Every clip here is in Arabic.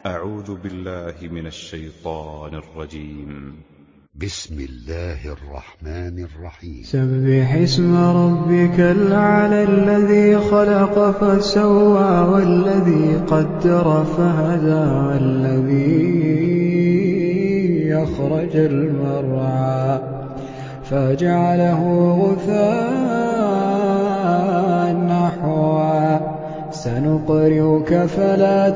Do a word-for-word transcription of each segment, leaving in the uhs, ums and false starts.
أعوذ بالله من الشيطان الرجيم. بسم الله الرحمن الرحيم. سبح اسم ربك الأعلى الذي خلق فسوى والذي قدر فهدى والذي أخرج المرعى فجعله غثاء نحوا سنقرئك فلا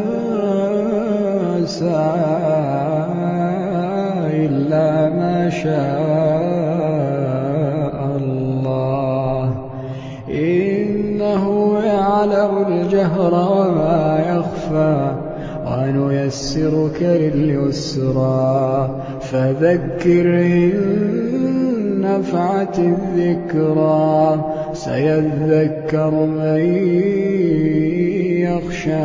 تنسى إلا ما شاء الله إنه يعلم الجهر وما يخفى ونيسرك لليسرى فذكر إن نفعت الذكرى سيذكر من يخشى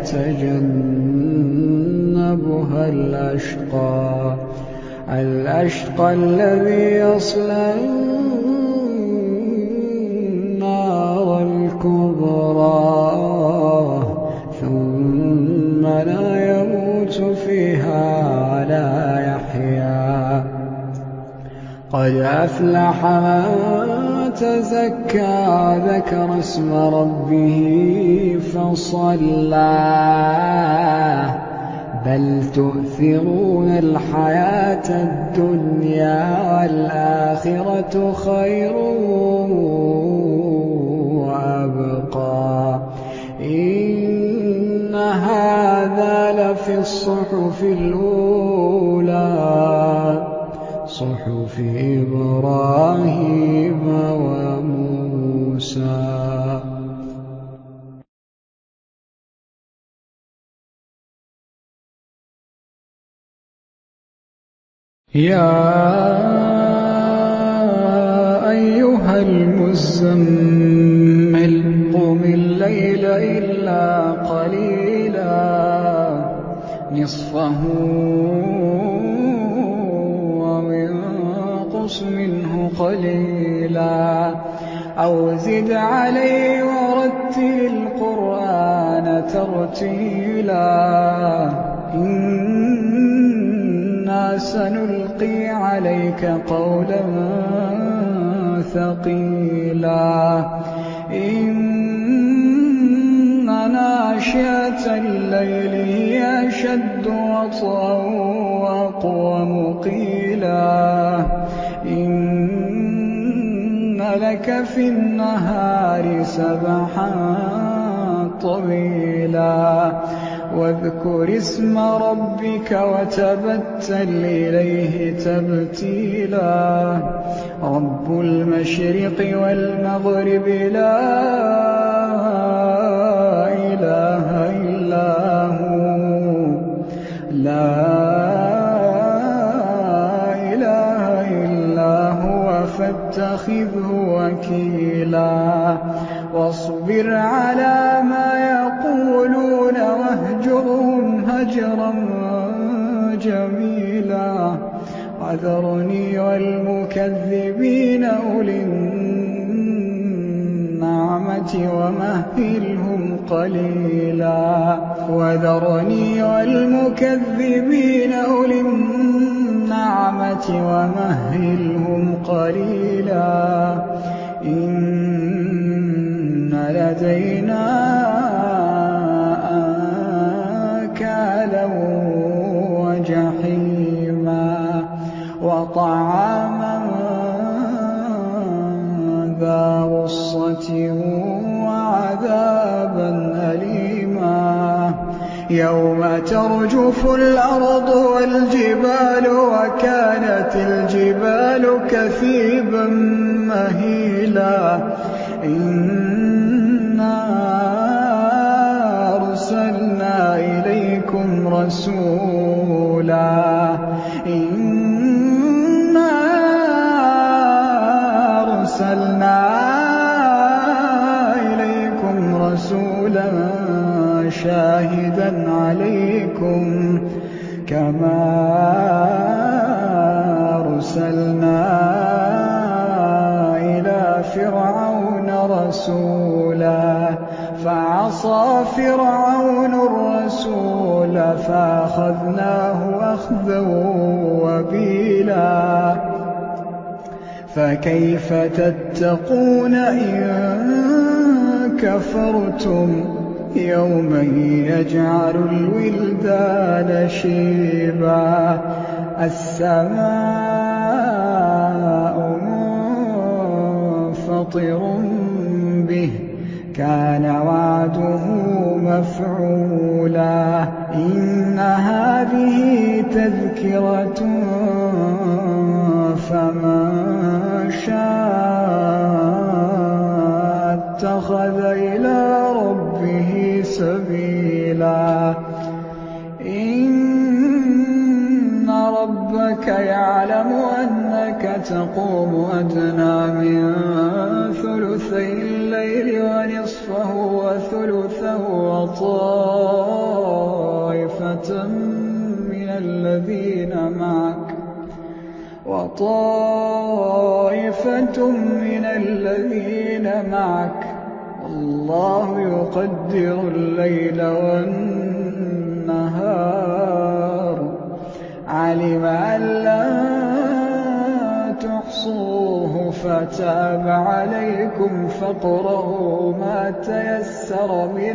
ويتجنبها الأشقى الأشقى الذي يصلى النار الكبرى ثم لا يموت فيها ولا يحيا قد أفلح من تزكى ذكر اسم ربه فصلى بل تؤثرون الحياة الدنيا والآخرة خير وأبقى إن هذا لفي الصحف الأولى صحف إبراهيم وموسى. يا أيها المزمل قم الليل إلا قليلا نصفه وانقص منه قليلا أو زد عليه ورتل القرآن ترتيلا إنا سنلقي عليك قولا ثقيلا إن ناشئة الليل هي أشد وطئا وأقوم قيلا إن لك في النهار سبحا طويلا واذكر اسم ربك وتبتل إليه تبتيلا رب المشرق والمغرب لا إله إلا هو لا إله إلا هو فاتخذه وكيلا واصبر على ما يقولون واهجرهم هجرا جميلا وذرني والمكذبين أولي النعمة ومهلهم قليلا وذرني والمكذبين أولي النعمة ومهلهم قليلا إن لدينا أنكالا وجحيما وطعاما ذا غصة وعذابا أليما يوم ترجف الأرض والجبال وكانت الجبال كثيبا مهيلا إنا أرسلنا إليكم رسولا إنا أرسلنا إليكم رسولا شاهدا عليكم كما أرسلنا إلى فرعون رسولا فعصى فرعون الرسول فأخذناه أخذا وبيلا فكيف تتقون إن كفرتم يوما يجعل الولدان شيبا السماء منفطر به كان وعده مفعولا إن هذه تذكرة فمن شاء اتخذ إلى ربه سبيلا إن ربك يعلم أنك تقوم أدنى من ثلثي الليل ونصفه وثلثه وطائفة من الذين معك وطائفة من الذين معك والله يقدر الليل والنهار علم أن لا تحصوه فتاب عليكم فاقرؤوا ما تيسر من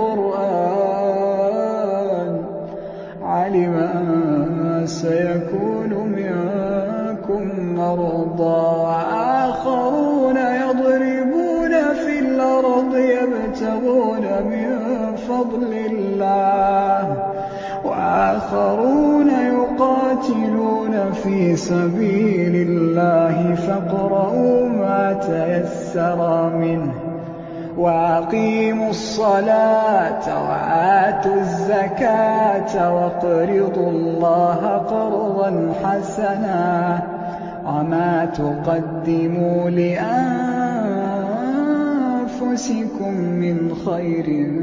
القرآن علم أن سيكون منكم مرضى وآخرون يضربون في الأرض يبتغون من فضل الله وآخرون يقاتلون في سبيل الله فاقرؤوا ما تيسر منه وأقيموا الصلاة وآتوا الزكاة واقرضوا الله قرضا حسنا وما تقدموا لأنفسكم من خير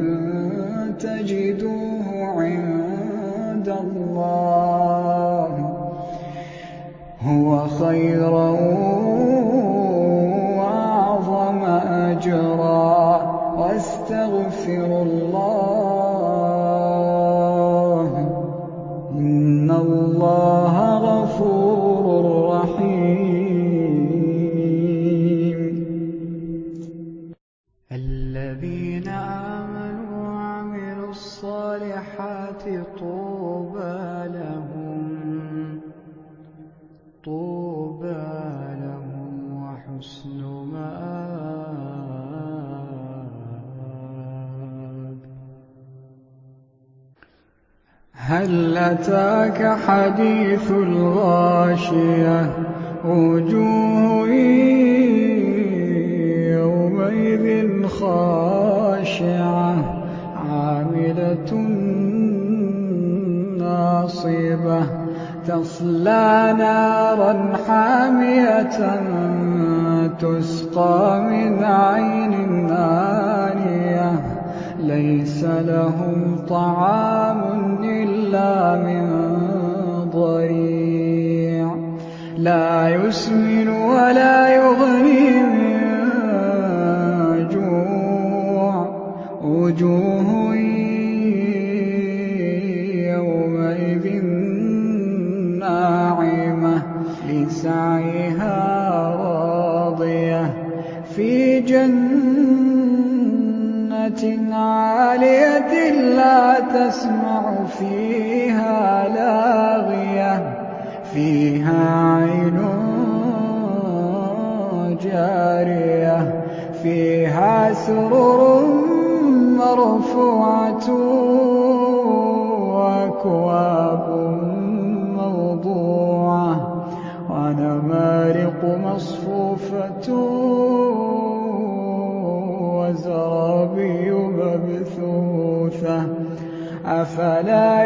تجدوه عند الله هو خيرا وأعظم أجرا واستغفروا الله إن الله غفور رحيم الذين آمنوا وعملوا الصالحات طوبى لهم طوبى لهم وحسن مآب هل أتاك حديث الغاشية وجوه يومئذ خاشعة عاملة ناصبة تصلى نارا حامية تسقى من عين آنية ليس لهم طعام إلا من ضريع لا يسمن ولا يغني من جوع وجوه يومئذ ناعمة لسعيها راضية في جنة عالية لا تسمع فيها لاغية فيها عين جارية فيها سرر مرفوعة وأكواب موضوعة ونمارق مصفوفة وزرابي مبثوثة أفلا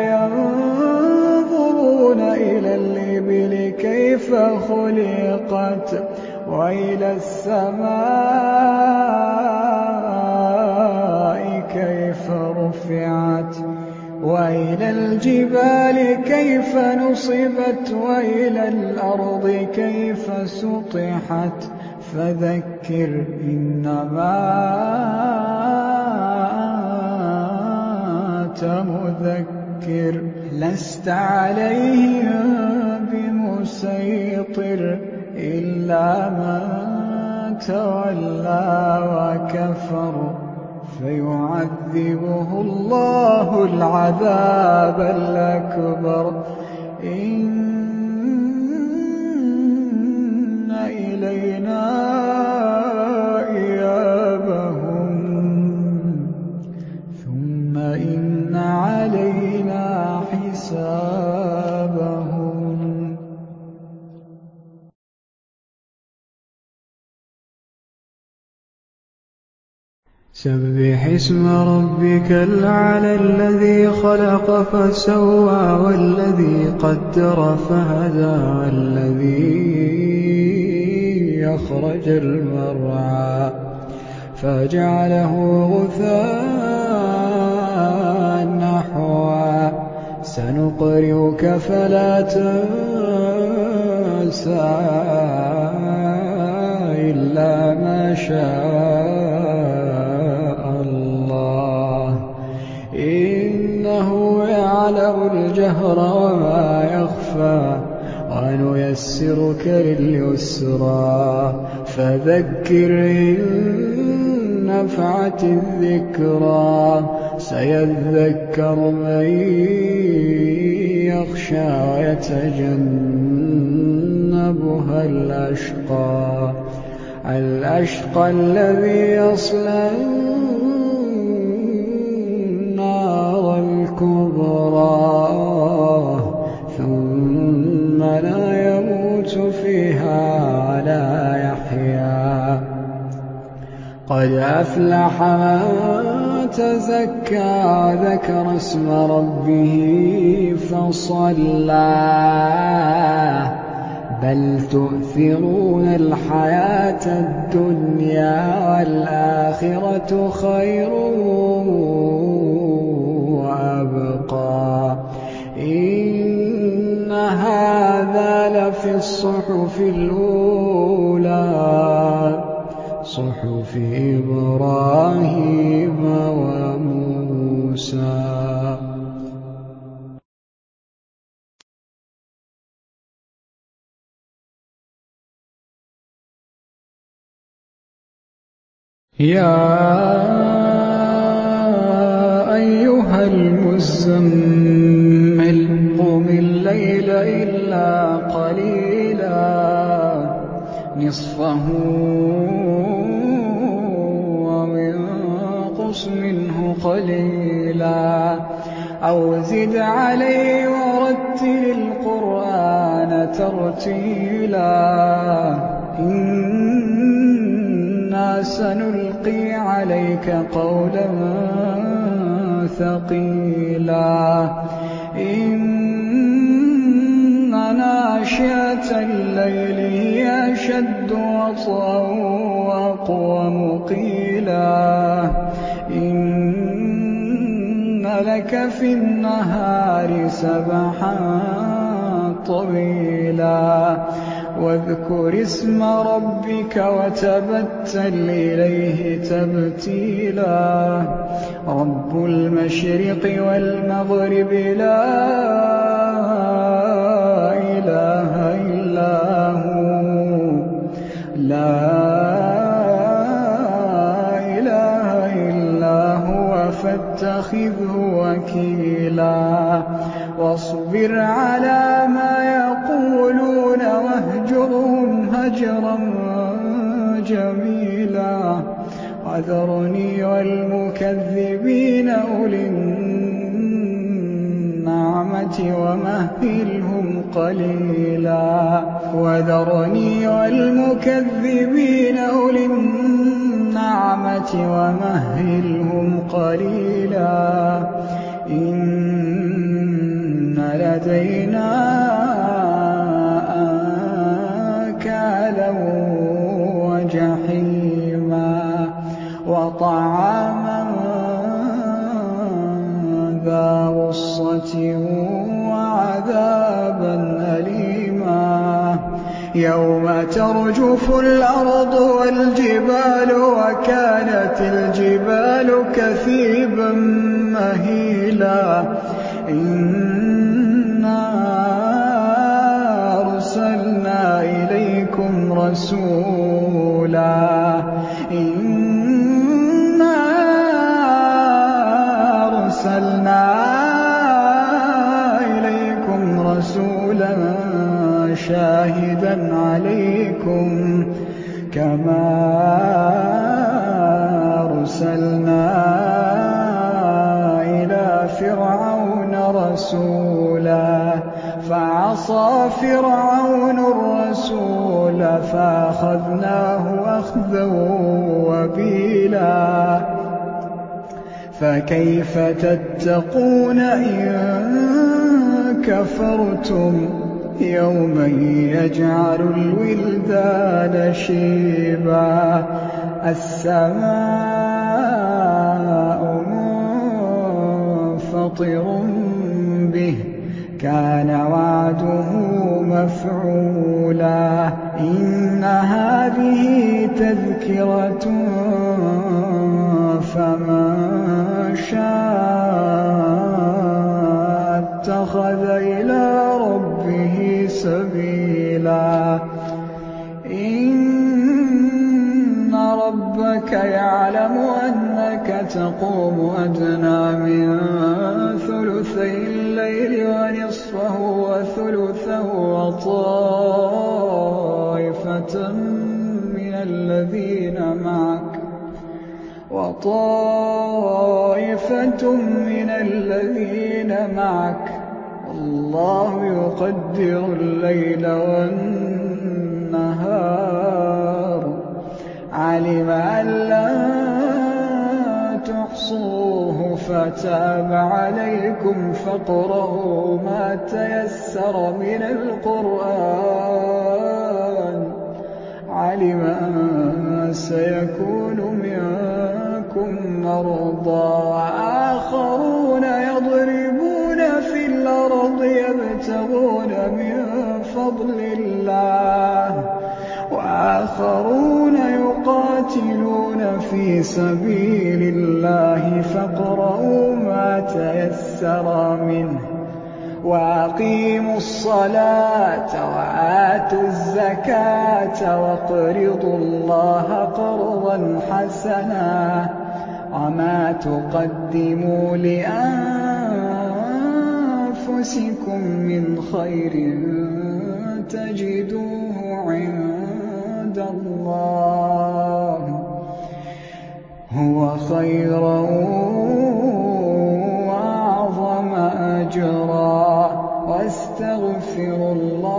ينظرون إلى الإبل كيف خلقت وإلى السماء كيف رفعت وإلى الجبال كيف نصبت وإلى الأرض كيف سطحت فذكر إنما أنت مذكر لست عليهم بمسيطر إلا من تولى وكفر فيعذبه الله العذاب الأكبر إن إلينا إيابهم ثم إن علينا حسابهم. سبح اسم ربك الأعلى الذي خلق فسوى والذي قدر فهدى والذي أخرج المرعى فجعله غثاء نحوا سنقرئك فلا تنسى إلا ما شاء الله إنه يعلم الجهر وما يخفى ونيسرك لليسرى فذكر إن نفعت الذكرى سيذكر من يخشى ويتجنبها الأشقى الأشقى الذي يصلى النار الكبرى ثم لا يموت فيها ولا يحيا قد أفلح من تزكى وذكر اسم ربه فصلى بل تؤثرون الحياة الدنيا والآخرة خير وأبقى إن هذا لفي الصحف الأولى صحف إبراهيم وموسى. يا أيها المزمل قم الليل إلا قليلا نصفه وانقص منه قليلا أو زد عليه ورتل القرآن ترتيلا إنا سنلقي عليك قولا ثقيلا إن ناشئة الليل هي أشد وطئا وأقوم قيلا إن لك في النهار سبحا طويلا واذكر اسم ربك وتبتل إليه تبتيلا رب المشرق والمغرب لا إله إلا هو لا إله إلا هو فاتخذه وكيلا واصبر على ما يقولون واهجرهم هجرا جميلا وذرني والمكذبين أولي النعمة ومهلهم قليلا وذرني والمكذبين أولي النعمة ومهلهم قليلا إن لدينا أنكالا وجحيما وطعاما ذا غصة وعذابا أليما يوم ترجف الأرض والجبال وكانت الجبال كثيبا مهيلا إنا أرسلنا إليكم رسولا إنا أرسلنا إليكم رسولا شاهدا عليكم كما أرسلنا إلى فرعون رسولا فعصى فرعون الرسول فأخذناه أخذا وبيلا فكيف تتقون إن كفرتم يوما يجعل الولدان شيبا السماء منفطر به كان وعده مفعولا إن هذه تذكرة فمن شاء اتخذ إلى ربه سبيلا إن ربك يعلم أنك تقوم أدنى من ثلثي الليل ونصفه وثلثه وطائفة من الذين معك وطائفة من الذين معك الله يقدر الليل والنهار علم أن لا تحصوه فتاب عليكم فاقرؤوا ما تيسر من القرآن علم أن سيكون منكم مرضى وآخرون يضربون في الأرض يبتغون من فضل الله وآخرون يقاتلون في سبيل الله فاقرؤوا ما تيسر منه وأقيموا الصلاة وآتوا الزكاة واقرضوا الله قرضا حسنا وما تقدموا لأنفسكم من خير تجدوه عند الله هو خيرا وأعظم أجرا واستغفروا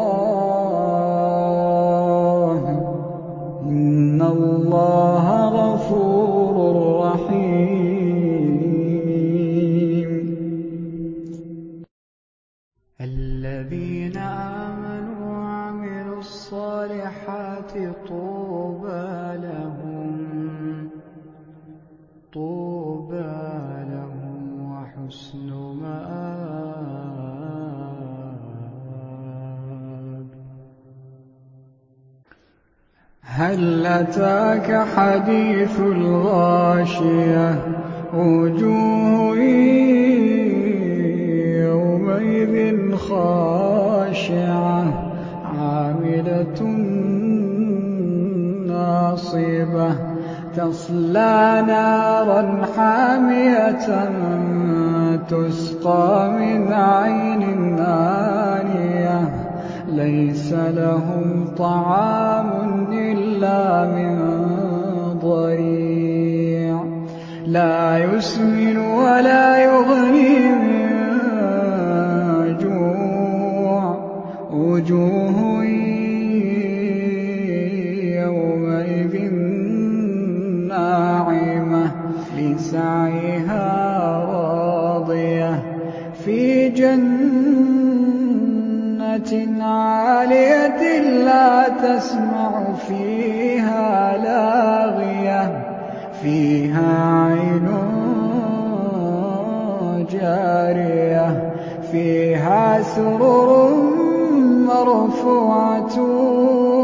الله إن الله غفور رحيم الذين آمنوا وعملوا الصالحات طوبى لهم طوبى لهم وحسن مآب هل أتاك حديث الغاشية وجوه يومئذ خاشعة عاملة ناصبة تصلى نارا حامية تسقى من عين آنية ليس لهم طعام إلا من ضريع لا يسمن ولا يغني من جوع وجوه يومئذ ناعمة لسعيها راضية في جنة عالية لا تسمع فيها لاغية فيها عين جارية فيها سرر مرفوعة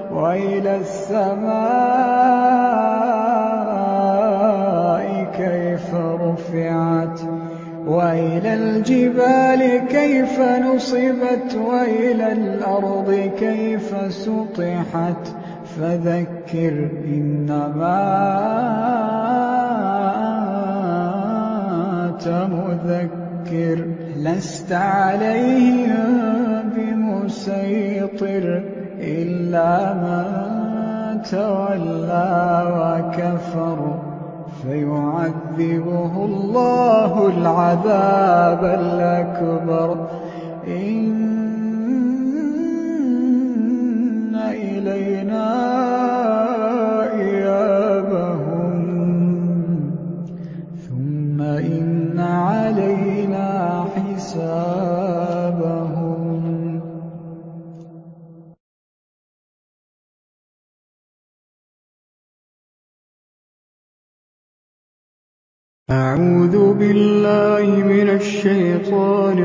وإلى السماء كيف رفعت وإلى الجبال كيف نصبت وإلى الأرض كيف سطحت فذكر إنما أنت مذكر لست عليهم بمسيطر إلا من تولى وكفر فيعذبه الله العذاب الأكبر إن إلينا إيابهم ثم إن علينا حسابهم. أعوذ بالله من الشيطان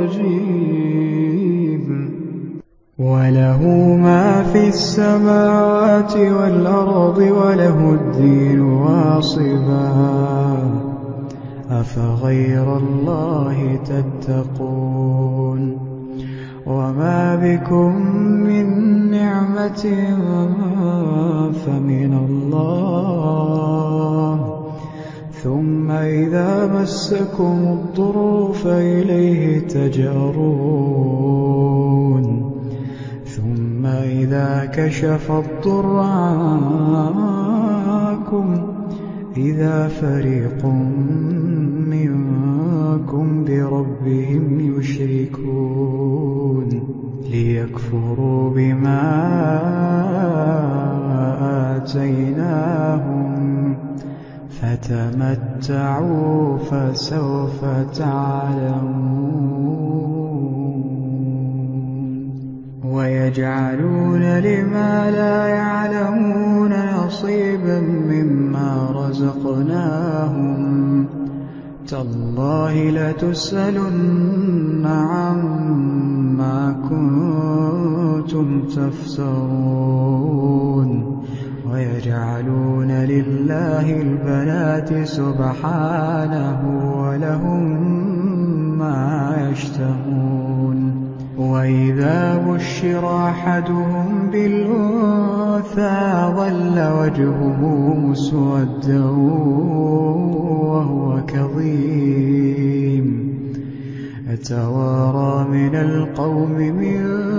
الرجيم. وله ما في السماوات والأرض وله الدين واصبا أفغير الله تتقون وما بكم من نعمة فمن الله ثم إذا مسكم الضر فإليه تجأرون ثم إذا كشف الضر عنكم إذا فريق منكم بربهم يشركون ليكفروا بما آتيناهم فتمتعوا فسوف تعلمون ويجعلون لما لا يعلمون نصيبا مما رزقناهم تالله لتسألن عما كنتم تفترون ويجعلون لله البنات سبحانه ولهم ما يشتهون وإذا بشر أحدهم بالأنثى ظل وجهه مسودا وهو كظيم يتوارى من القوم من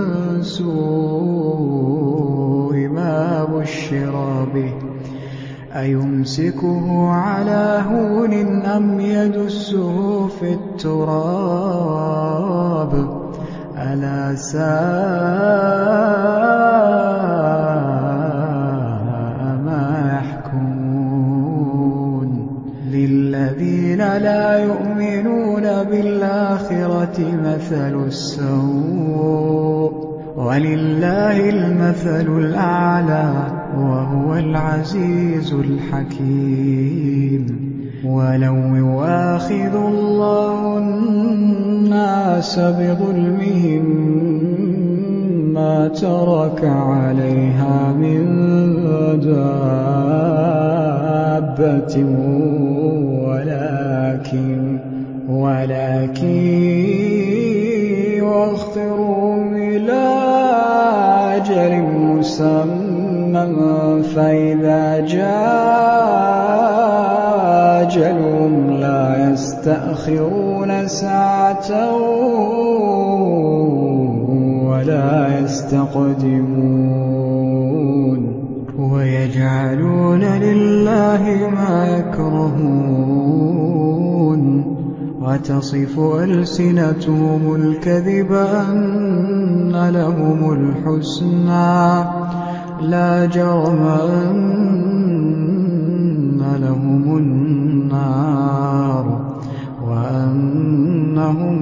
سوء ما بشر به أيمسكه على هون أم يدسه في التراب ألا ساء ما يحكمون للذين لا يؤمنون بالآخرة مثل السوء ولله المثل الأعلى وهو العزيز الحكيم ولو يؤاخذ الله الناس بظلمهم ما ترك عليها من دابة ولكن ولكن يؤخرهم إلى أجل مسمى فإذا جاء أجلهم لا يستأخرون ساعة ولا يستقدمون ويجعلون لله ما يكرهون وتصف ألسنتهم الكذب أن لهم الحسنى لا جرم أن لهم النار وأنهم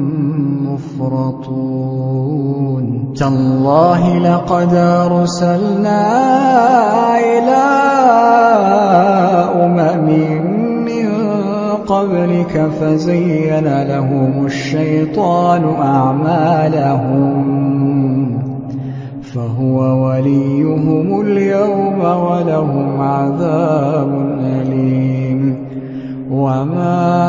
مفرطون تالله لقد أرسلنا إلى أمم من قبلك فزين لهم الشيطان أعمالهم فهم فهو وليهم اليوم ولهم عذاب أليم. وما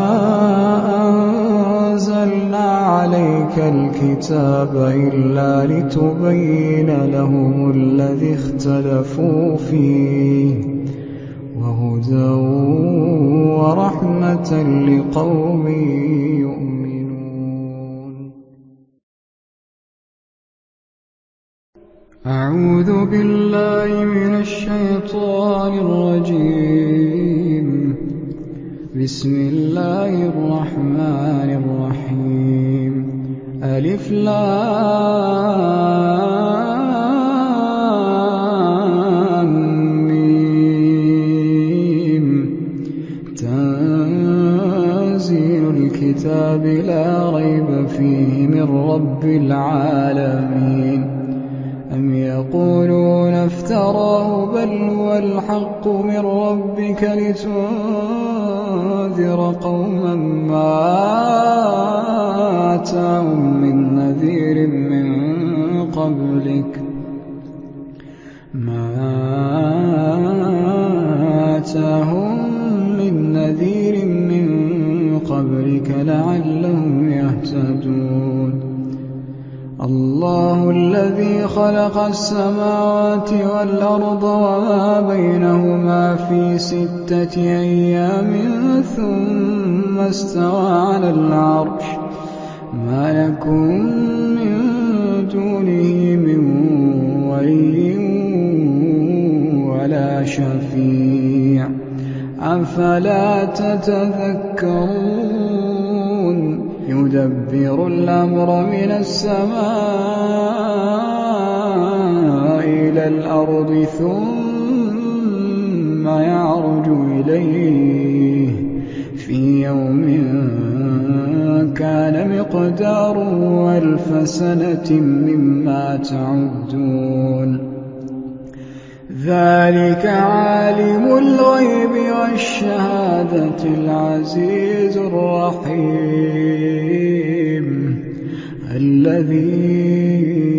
أنزلنا عليك الكتاب إلا لتبين لهم الذي اختلفوا فيه وهدى ورحمة لقوم يؤمنون. أعوذ بالله من الشيطان الرجيم. بسم الله الرحمن الرحيم. ألف لام ميم. تنزيل الكتاب لا ريب فيه من رب العالمين. أم يقولون افتراه بل هو الحق من ربك لتنذر قوما ما آتاهم من نذير من قبلك ما آتاهم من نذير من قبلك لعلهم يهتدون. الله الذي خلق السماوات والأرض وما بينهما في ستة أيام ثم استوى على العرش. ما لكم من دونه من ولي ولا شفيع أفلا تتذكرون. يدبر الأمر من السماء إلى الأرض ثم يعرج إليه في يوم كان مقداره ألف سنة مما تعدون. ذلك عالم الغيب والشهادة العزيز الرحيم الذي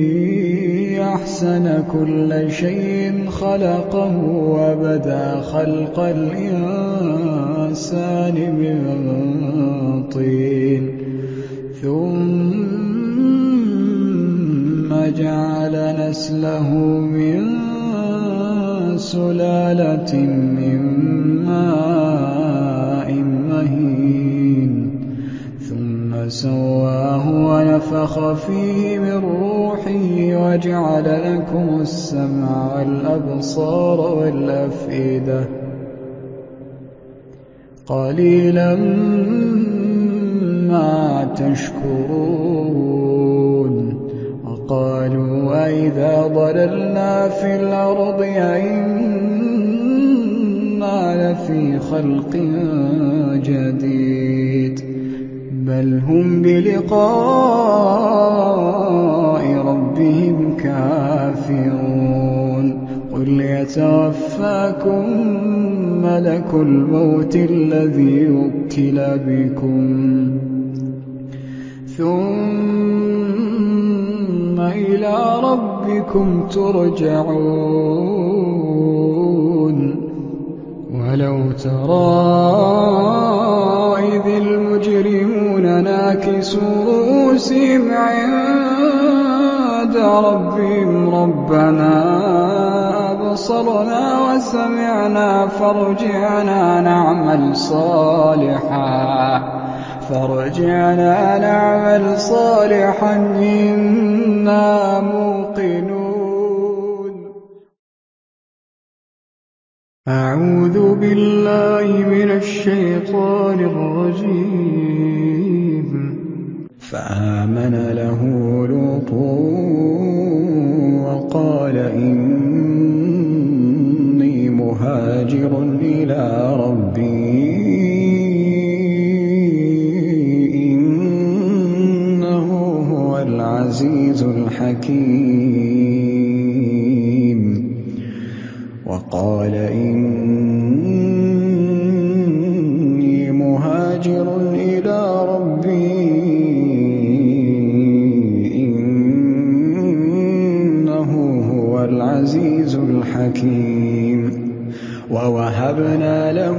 أحسن كل شيء خلقه وبدأ خلق الإنسان من طين ثم جعل نسله من سلالة من ماء مهين ثم سواه ونفخ فيه من روحه وجعل لكم السمع والأبصار والأفئدة قليلا ما تشكرون. وقالوا أئذا ضللنا في الأرض أئنا لفي خلق جديد بل هم بلقاء ربهم كافرون. قل يتوفاكم ملك الموت الذي وكل بكم ثم إلى ربكم ترجعون. ولو ترى إذ المجرمون ناكسوا رؤوسهم عند ربهم ربنا أبصرنا وسمعنا فارجعنا نعمل صالحا فارجعنا نعمل صالحا إنا موقنون. أعوذ بالله من الشيطان الرجيم. فآمن له لوط وقال إني مهاجر إلى ربي إنه هو العزيز الحكيم. وقال إني مهاجر إلى ربي إنه ووهبنا له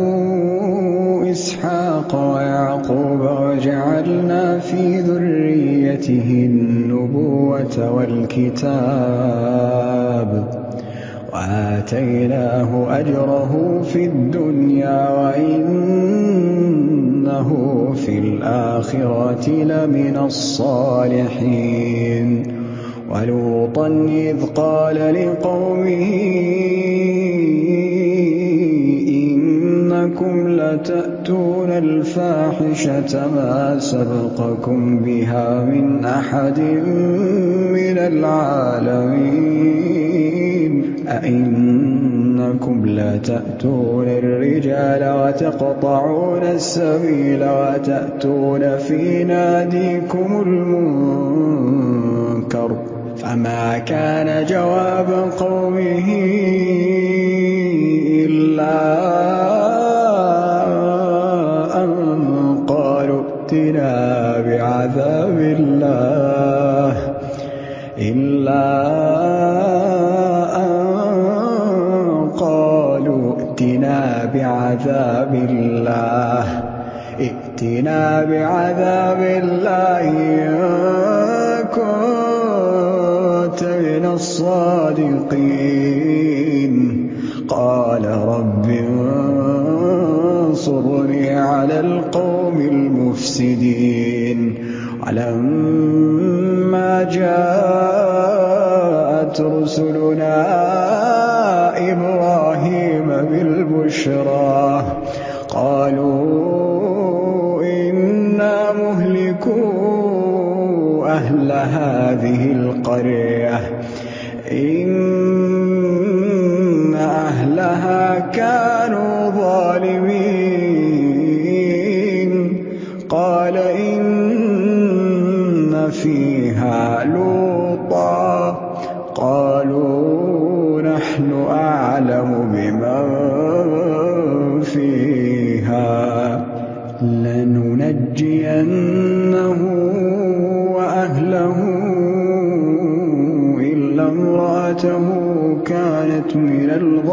إسحاق ويعقوب وجعلنا في ذريته النبوة والكتاب وآتيناه أجره في الدنيا وإنه في الآخرة لمن الصالحين ولوطا إذ قال لقومه إنكم لتأتون الفاحشة ما سبقكم بها من أحد من العالمين أئنكم لتأتون الرجال وتقطعون السبيل وتأتون في ناديكم المنكر فما كان جواب قومه إلا أن قالوا ائتنا بعذاب الله إلا ائتنا بعذاب الله ائتنا بعذاب الله إن كنت من الصادقين قال رب انصرني على القوم المفسدين ولما جاءت رسلنا إبراهيم بالبشرى قالوا إنا مهلكو أهل هذه القرية إن أهلها كانوا ظالمين قال إن فيها لوطا قالوا نحن أعلم بمن فيها لننجينه وأهله إلا امرأته كانت من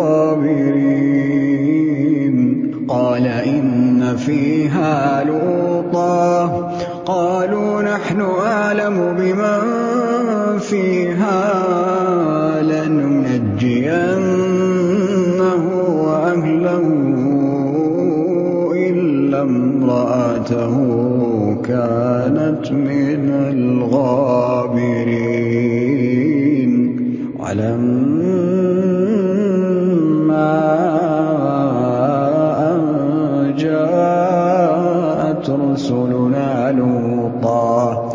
الغابرين قال إن فيها لوطا قالوا نحن أعلم بمن فيها لننجينه وأهله إلا امرأته كانت من الغابرين ولما أن جاءت رسلنا لوطا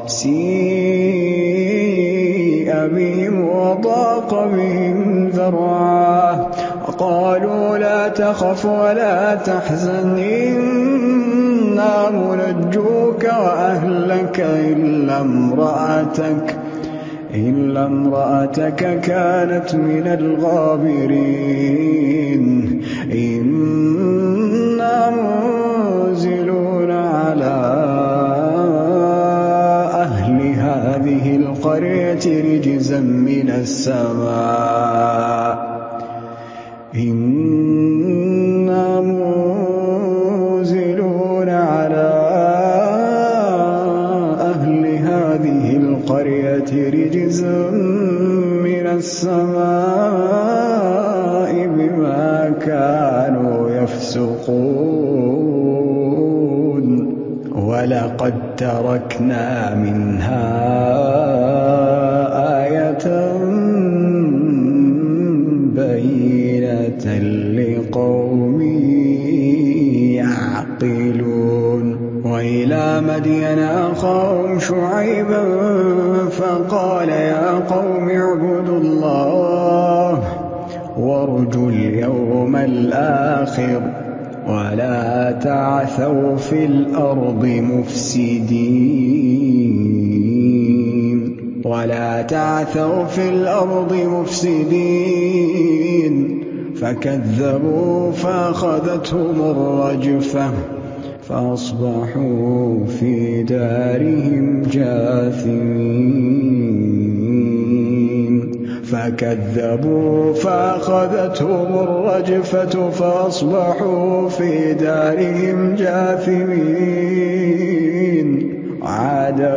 سيء بهم وضاق بهم ذرعا وقالوا لا تخف ولا تحزن إنا منجوك وأهلك إلا امرأتك إلا امرأتك كانت من الغابرين إنا منزلون على أهل هذه القرية رجزا من السماء إنا منزلون على أهل هذه القرية رجزا من السماء بما كانوا يفسقون ولقد تركنا منها آية بينة لقوم يعقلون وإلى مدين أخاهم شعيبا فقال يا قوم اعبدوا الله وارجوا اليوم الآخر ولا تعثوا في الأرض مفسدين ولا تعثوا في الأرض مفسدين فكذبوا فأخذتهم الرجفة فأصبحوا في دارهم جاثمين فكذبوا فأخذتهم الرجفة فأصبحوا في دارهم جاثمين عادا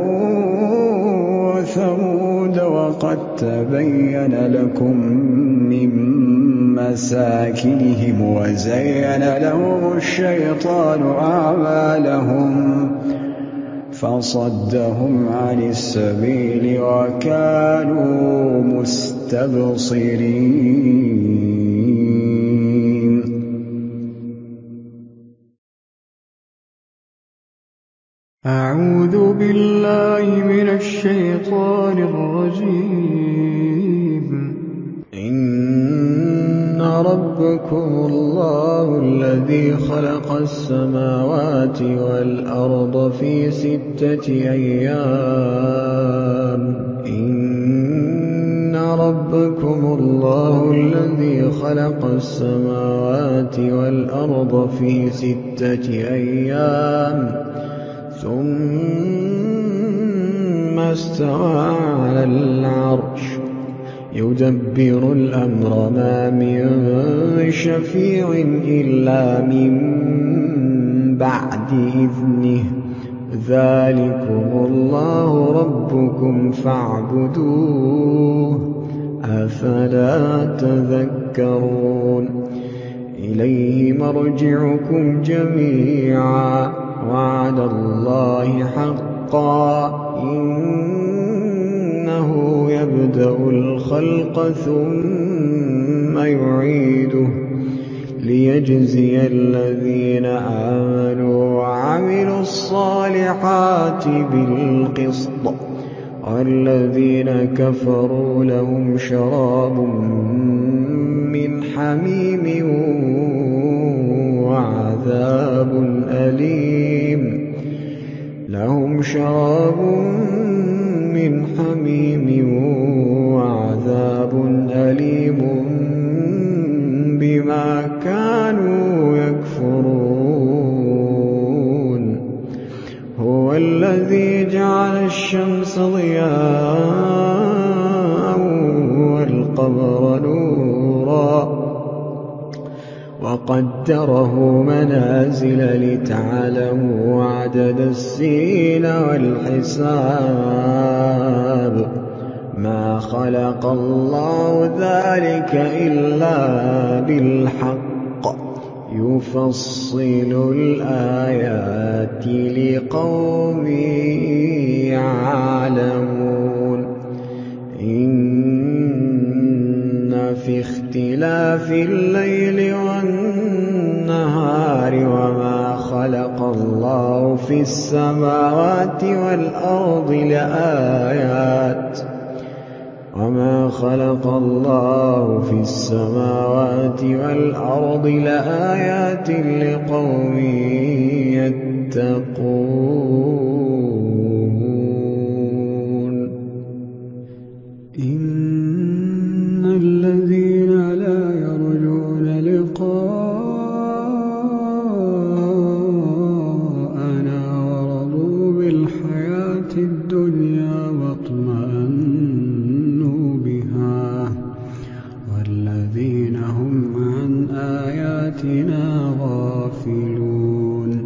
وثمود وقد تبين لكم من مساكنهم وزين لهم الشيطان أعمالهم فصدهم عن السبيل وكانوا مستبصرين. أعوذ بالله من الشيطان الرجيم. إن ربكم الله الذي خلق السماوات والأرض في ستة أيام إن ربكم الله الذي خلق السماوات والأرض في ستة أيام ثم استوى على العرش يدبر الأمر ما من شفيع إلا من بعد إذنه ذلكم الله ربكم فاعبدوه أفلا تذكرون. إليه مرجعكم جميعا وعد الله حقا إنه يبدأ الخلق ثم يعيده ليجزي الذين آمنوا وعملوا الصالحات بالقسط والذين كفروا لهم شراب من حميم وعذاب أليم لهم شراب من حميم وعذاب أليم بما كانوا يكفرون. هو الذي جعل الشمس ضياء والقمر نورا وقدره منازل لتعلموا عدد السنين والحساب ما خلق الله ذلك إلا بالحق يفصل الآيات لقوم يعلمون. إن في اختلاف الليل والنهار وما خلق الله في السماوات والأرض لآيات وما خلق الله في السماوات والأرض لآيات لقوم يتقون. إن الذين لا يرجون لقاءنا ورضوا بالحياة الدنيا واطمأنوا بها والذين هم عن آياتنا غافلون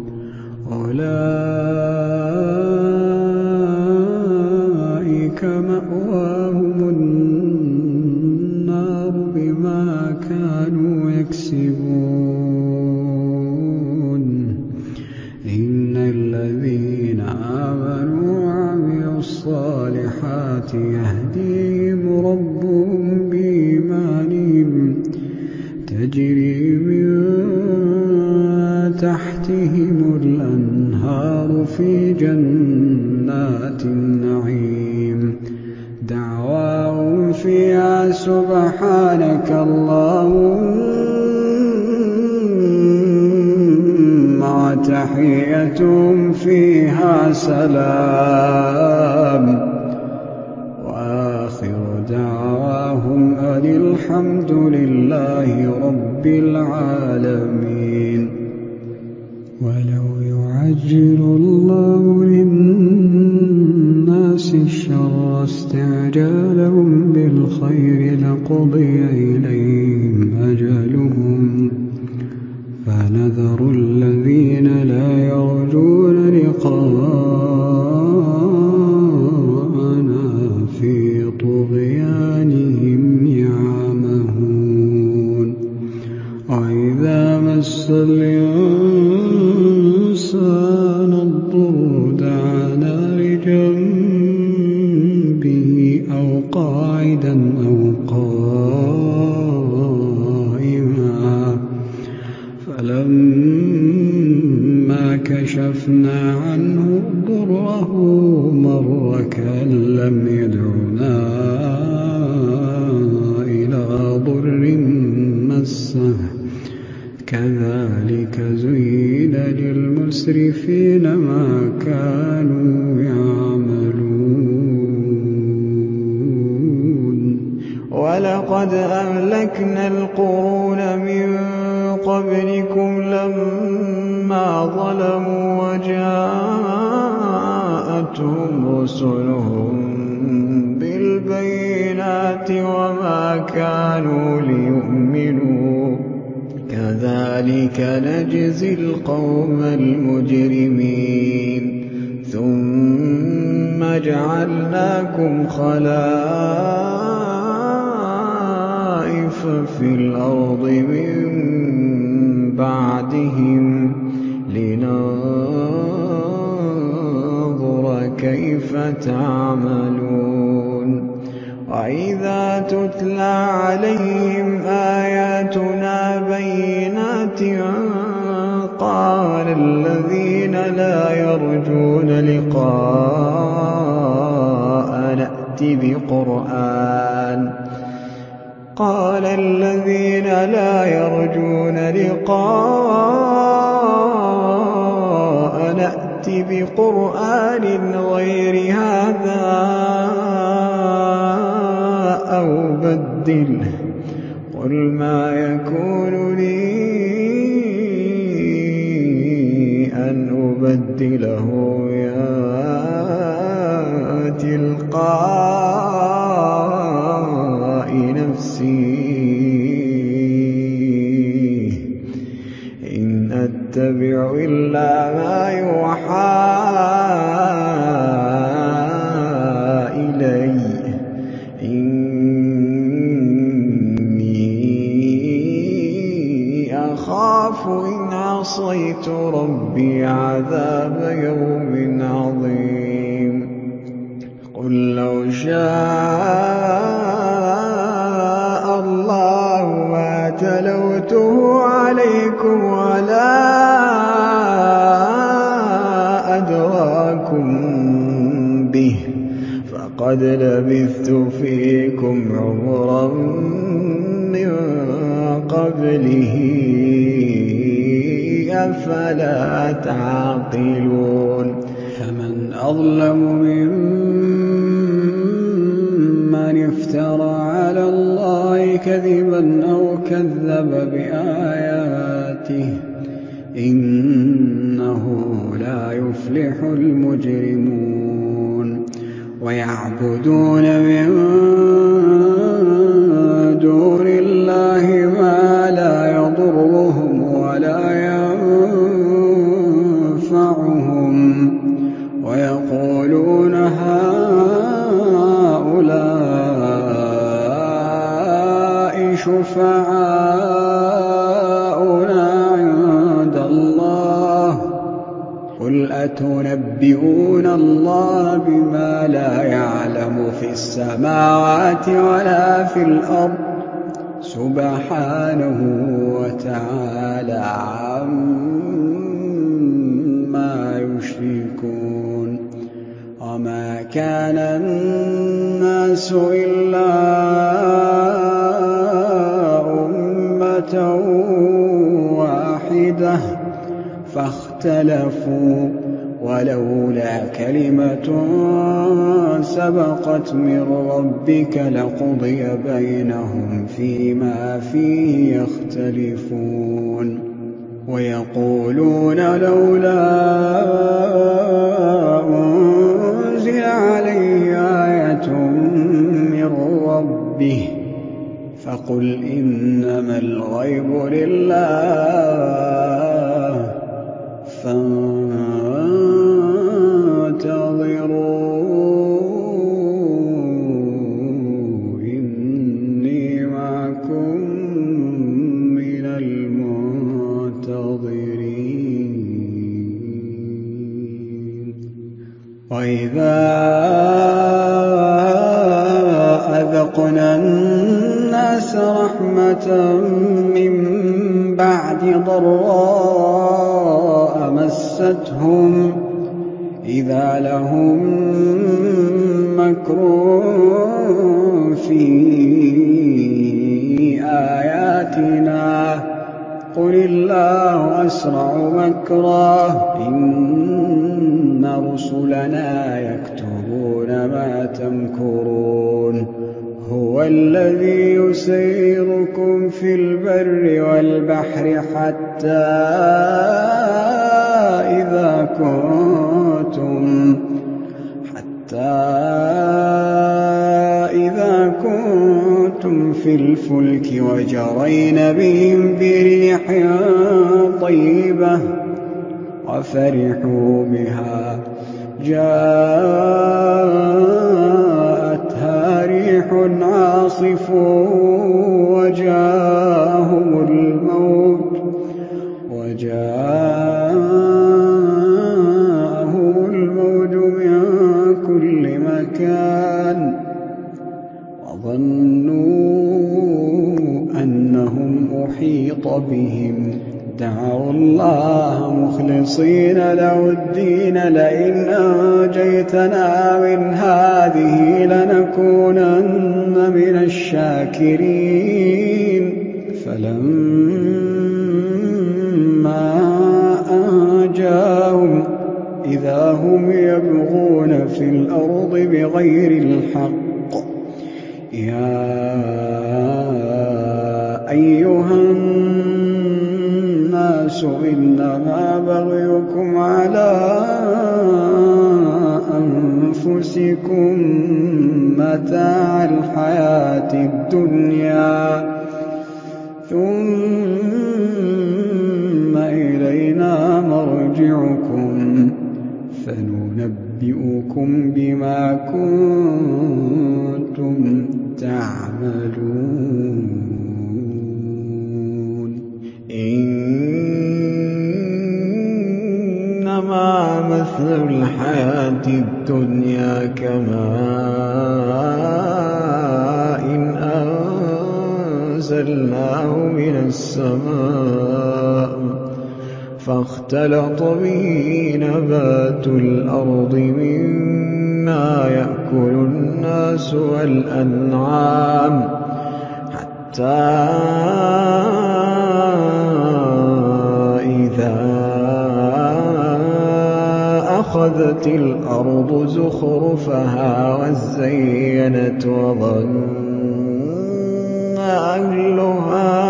أولئك مأواهم النار بما كانوا يكسبون. إن الذين آمنوا وعملوا الصالحات يهديهم ربهم بإيمانهم تجري من تحتهم الأنهار في جنات النعيم دعواهم فيها سبحانك اللهم وتحيتهم فيها سلام وآخر دعواهم أن الحمد لله رب العالمين. ولو يعجل الله للناس الشر استعجالهم بالخير مس الإنسان الضر دعانا لجنبه أو قاعدا أو قائما فلما كشفنا عنه ضره مر كأن لم يدعنا إلى ضر مسه كذلك زين للمسرفين ما كانوا يعملون ولقد أهلكنا القرون من قبلكم لما ظلموا وجاءتهم رسلهم بالبينات وما كانوا ليؤمنوا كذلك نجزي القوم المجرمين ثم جعلناكم خلائف في الأرض من بعدهم لننظر كيف تعملون وإذا تتلى عليهم آياتنا بينات قال الذين لا يرجون لقاء نأتِ بقرآن قال الذين لا يرجون لقاء نأتِ بقرآن غير هذا أو بدله قل ما يكون لي أن أبدله يا تلقاء نفسي إن أتبع إلا ما يوحى إلي أخاف إن عصيت ربي عذاب يوم عظيم قل لو شاء الله ما تلوته عليكم ولا أدراكم به فقد لبثت فيكم عمرا من قبله أفلا تعقلون فمن أظلم ممن افترى على الله كذبا أو كذب بآياته إنه لا يفلح المجرمون ويعبدون من دون الله ما لا يضرهم ولا ينفعهم ويقولون هؤلاء شفعاؤنا عند الله قل أتنبئون الله بما لا يعلم في السماوات ولا في الأرض سبحانه وتعالى عما يشركون وما كان الناس إلا أمة واحدة فاختلفوا ولولا كلمة سبقت من ربك لقضي بينهم فيما فيه يختلفون ويقولون لولا أنزل عليه آية من ربه فقل إنما الغيب لله فانتظروا إني معكم من المنتظرين وإذا أذقنا الناس رحمة من بعد ضراء مستهم إذا لهم مكر في آياتنا قل الله أسرع مكرا إن رسلنا يكتبون ما تمكرون هو الذي يسيركم في البر والبحر حتى إذا كنتم حتى إذا كنتم في الفلك وجرين بهم بريح طيبة وفرحوا بها جاءتها ريح عاصف وجاءهم الموت وجاءهم الموت من كل مكان وظنوا أنهم أحيط بهم دعوا الله مخلصين له الدين لئن أنجيتنا من هذه لنكونن من الشاكرين فلما أنجاهم إذا هم يبغون في الأرض بغير الحق يا أيها الناس إنما بغيكم على أنفسكم متاع الحياة الدنيا ثم إلينا مرجعكم فننبئكم بما كنتم تعملون إنما مثل الحياة الدنيا كماء إن أنزلناه من السماء فاختلط به نبات الأرض مما يأكل الناس والأنعام حتى إذا أخذت الأرض زخرفها وزينت وظن أهلها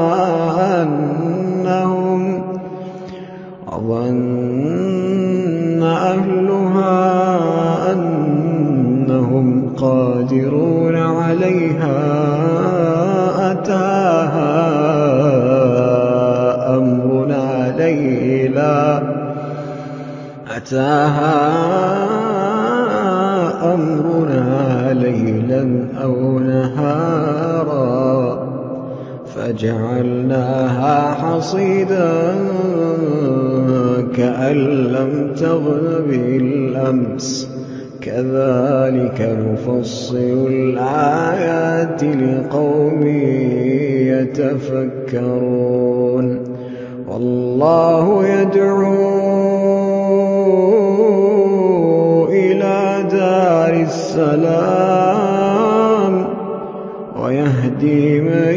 أنهم وظن أهلها أنهم قادرون عليها أتاها أمرنا ليلا أتاها أمرنا ليلا أو نهارا فجعلناها حصيدا كأن لم تغن بالأمس كذلك نفصل الآيات لقوم يتفكرون والله يدعو إلى دار السلام ويهدي من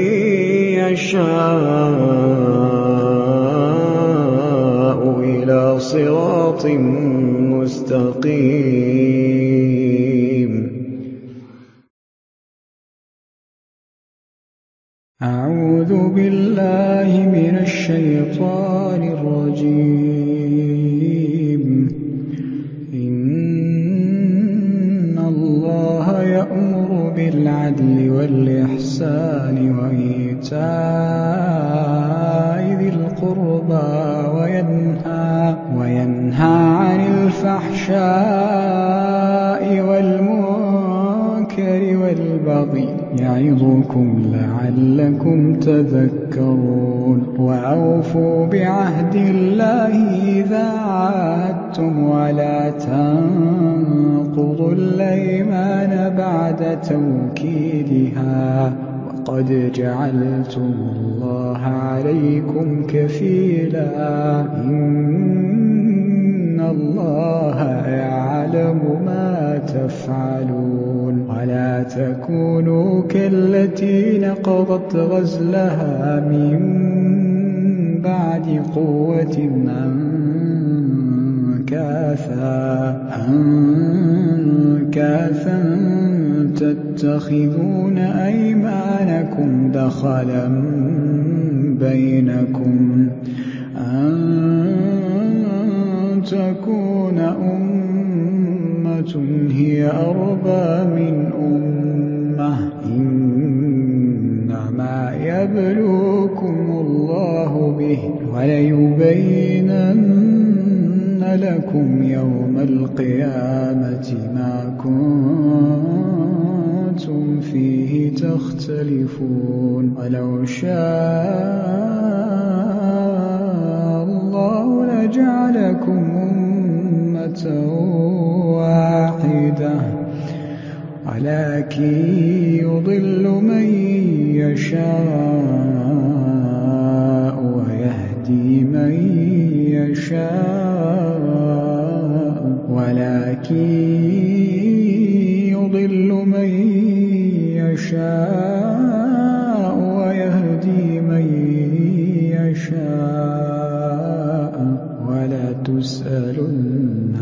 يشاء إلى صراط مستقيم. أعوذ بالله من الشيطان الرجيم. إن الله يأمر بالعدل والإحسان وإيتاء ذي القربى وينهى, وينهى عن الفحشاء والمنكر والبغي يعظكم لعلكم تذكرون وأوفوا بعهد الله إذا عاهدتم ولا تنقضوا الأيمان بعد توكيدها وقد جعلتم الله عليكم كفيلا إن الله يعلم ما تفعلون ولا تكونوا كالتي نقضت غزلها من بعد قوة أنكاثا أنكاثا تتخذون أيمانكم دخلا بينكم أن تكون أمة هي أربى من أمة إنما يبلوكم الله به وليبينن لكم يوم القيامة ما كنتم فيه تختلفون ولو شاء الله لجعلكم أمة واحدة ولكن يضل من يشاء ويهدي من يشاء ولكن يضل من يشاء ويهدي من يشاء ولا تسألن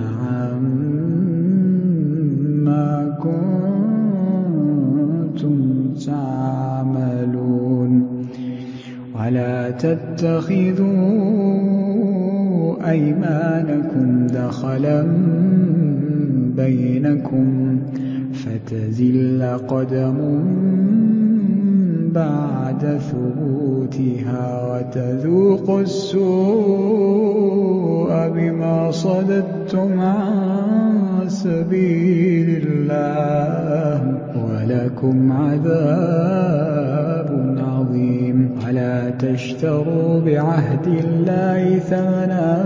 عما كنتم تعملون ولا تتخذوا أيمانكم دخلا بينكم فتزل قدم بعد ثبوتها وتذوقوا السوء بما صددتم عن سبيل الله ولكم عذاب عظيم ولا تشتروا بعهد الله ثمنا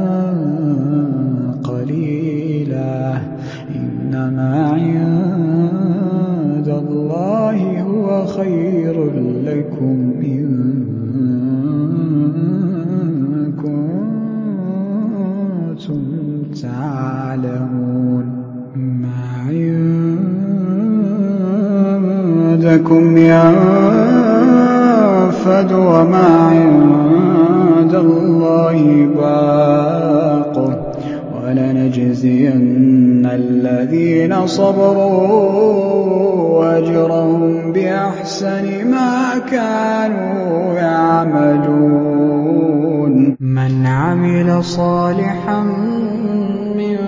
قليلا إنما عند الله هو خير لكم إن كنتم تعلمون ما عندكم ينفد وما عند الله باق ولنجزين الذين صبروا أجرهم بأحسن ما كانوا يعملون من عمل صالحا من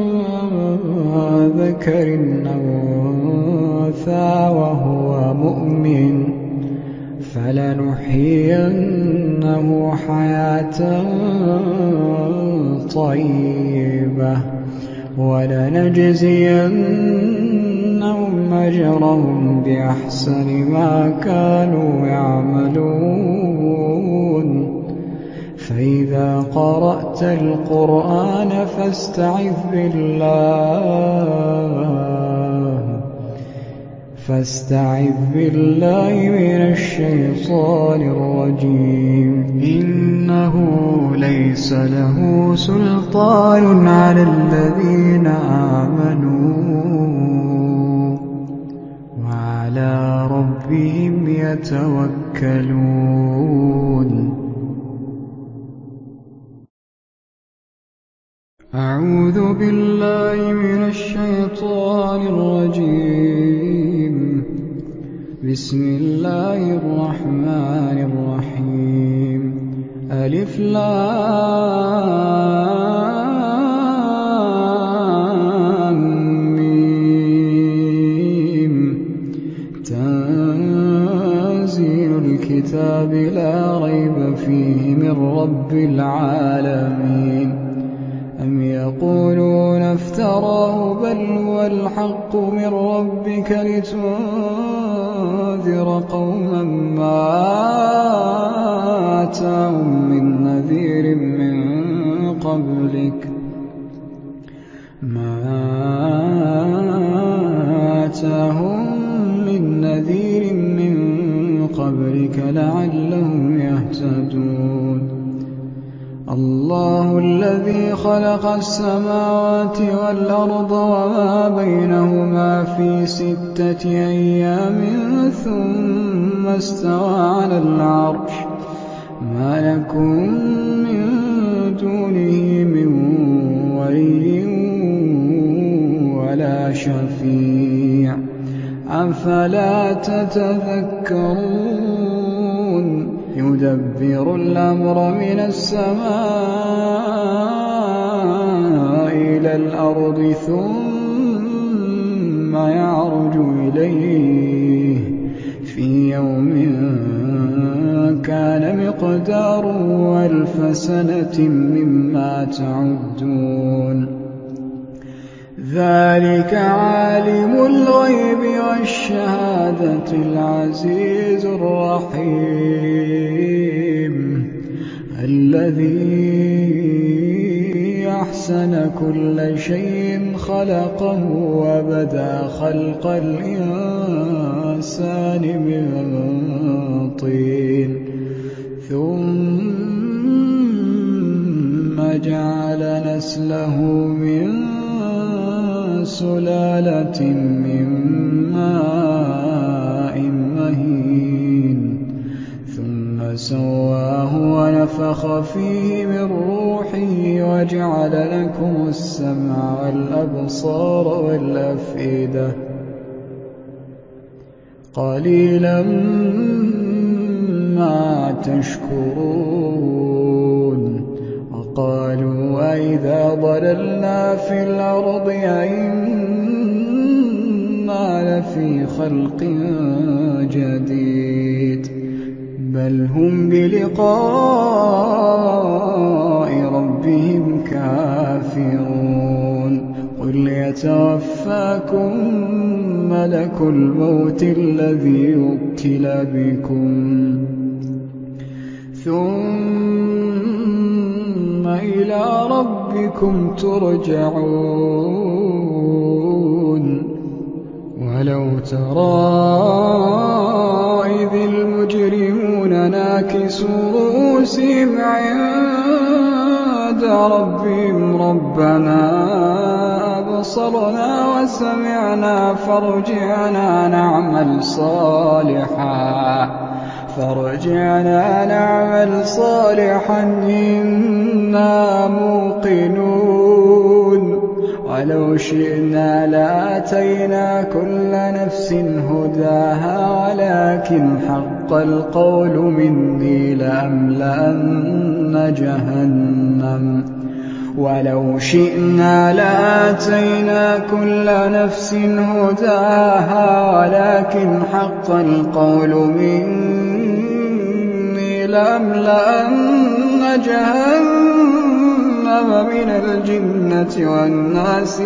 ذكر أو أنثى وهو مؤمن فلنحيينه حياة طيبة ولنجزينهم أجرهم بأحسن ما كانوا يعملون فإذا قرأت القرآن فاستعذ بالله فاستعذ بالله من الشيطان الرجيم إنه ليس له سلطان على الذين آمنوا وعلى ربهم يتوكلون أعوذ بالله من الشيطان الرجيم بسم الله الرحمن الرحيم ألف لام ميم تنزيل الكتاب لا ريب فيه من رب العالمين أم يقولون افتراه بل هو الحق من ربك لتنذر تنذر قوما ما آتاهم من نذير من قبلك ما آتاهم من نذير من قبلك لعلهم يهتدون الله الذي خلق السماوات والأرض وما بينهما في ستة أيام ثم استوى على العرش ما لكم من دونه من ولي ولا شفيع أفلا تتذكرون يدبر الأمر من السماء إلى الأرض ثم يعرج إليه في يوم كان مقداره ألف سنة مما تعدون ذلك عالم الغيب والشهادة العزيز الرحيم الذي أحسن كل شيء خلقه وبدأ خلق الإنسان من طين ثم جعل نسله من سلالة من ماء مهين ثم سواه ونفخ فيه من روحه وجعل لكم السمع والأبصار والأفئدة قليلا ما تشكرون وقالوا أئذا ضللنا في الأرض أئنا لفي خلق جديد بل هم بلقاء ربهم كافرون قل يتوفاكم ملك الموت الذي وكل بكم ثم إلى ربكم ترجعون ولو ترى إذ المجرمون ناكسوا رؤوسهم عند ربهم ربنا أبصرنا وسمعنا فارجعنا نعمل صالحا فارجعنا نعمل صالحا إنا موقنون ولو شئنا لآتينا كل نفس هداها ولكن حق القول مني لأملأن جهنم ولو شئنا لآتينا كل نفس هداها ولكن حق القول مني لأملأن جهنم من الجنة والناس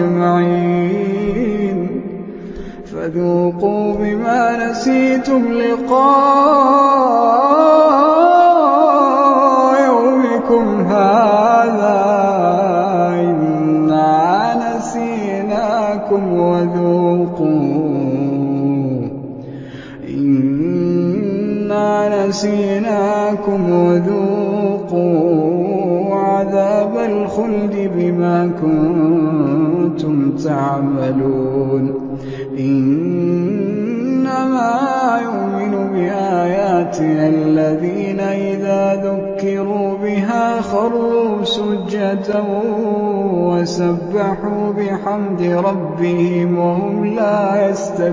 أجمعين فذوقوا بما نسيتم لقاء يومكم هذا إنا نسيناكم وذوقوا إنا نسيناكم وذوقوا عذاب الخلد بما كنتم تعملون إنما يؤمن بآياتنا الذين إذا ذكروا بها خروا سجدا وسبحوا بحمد ربهم وهم لا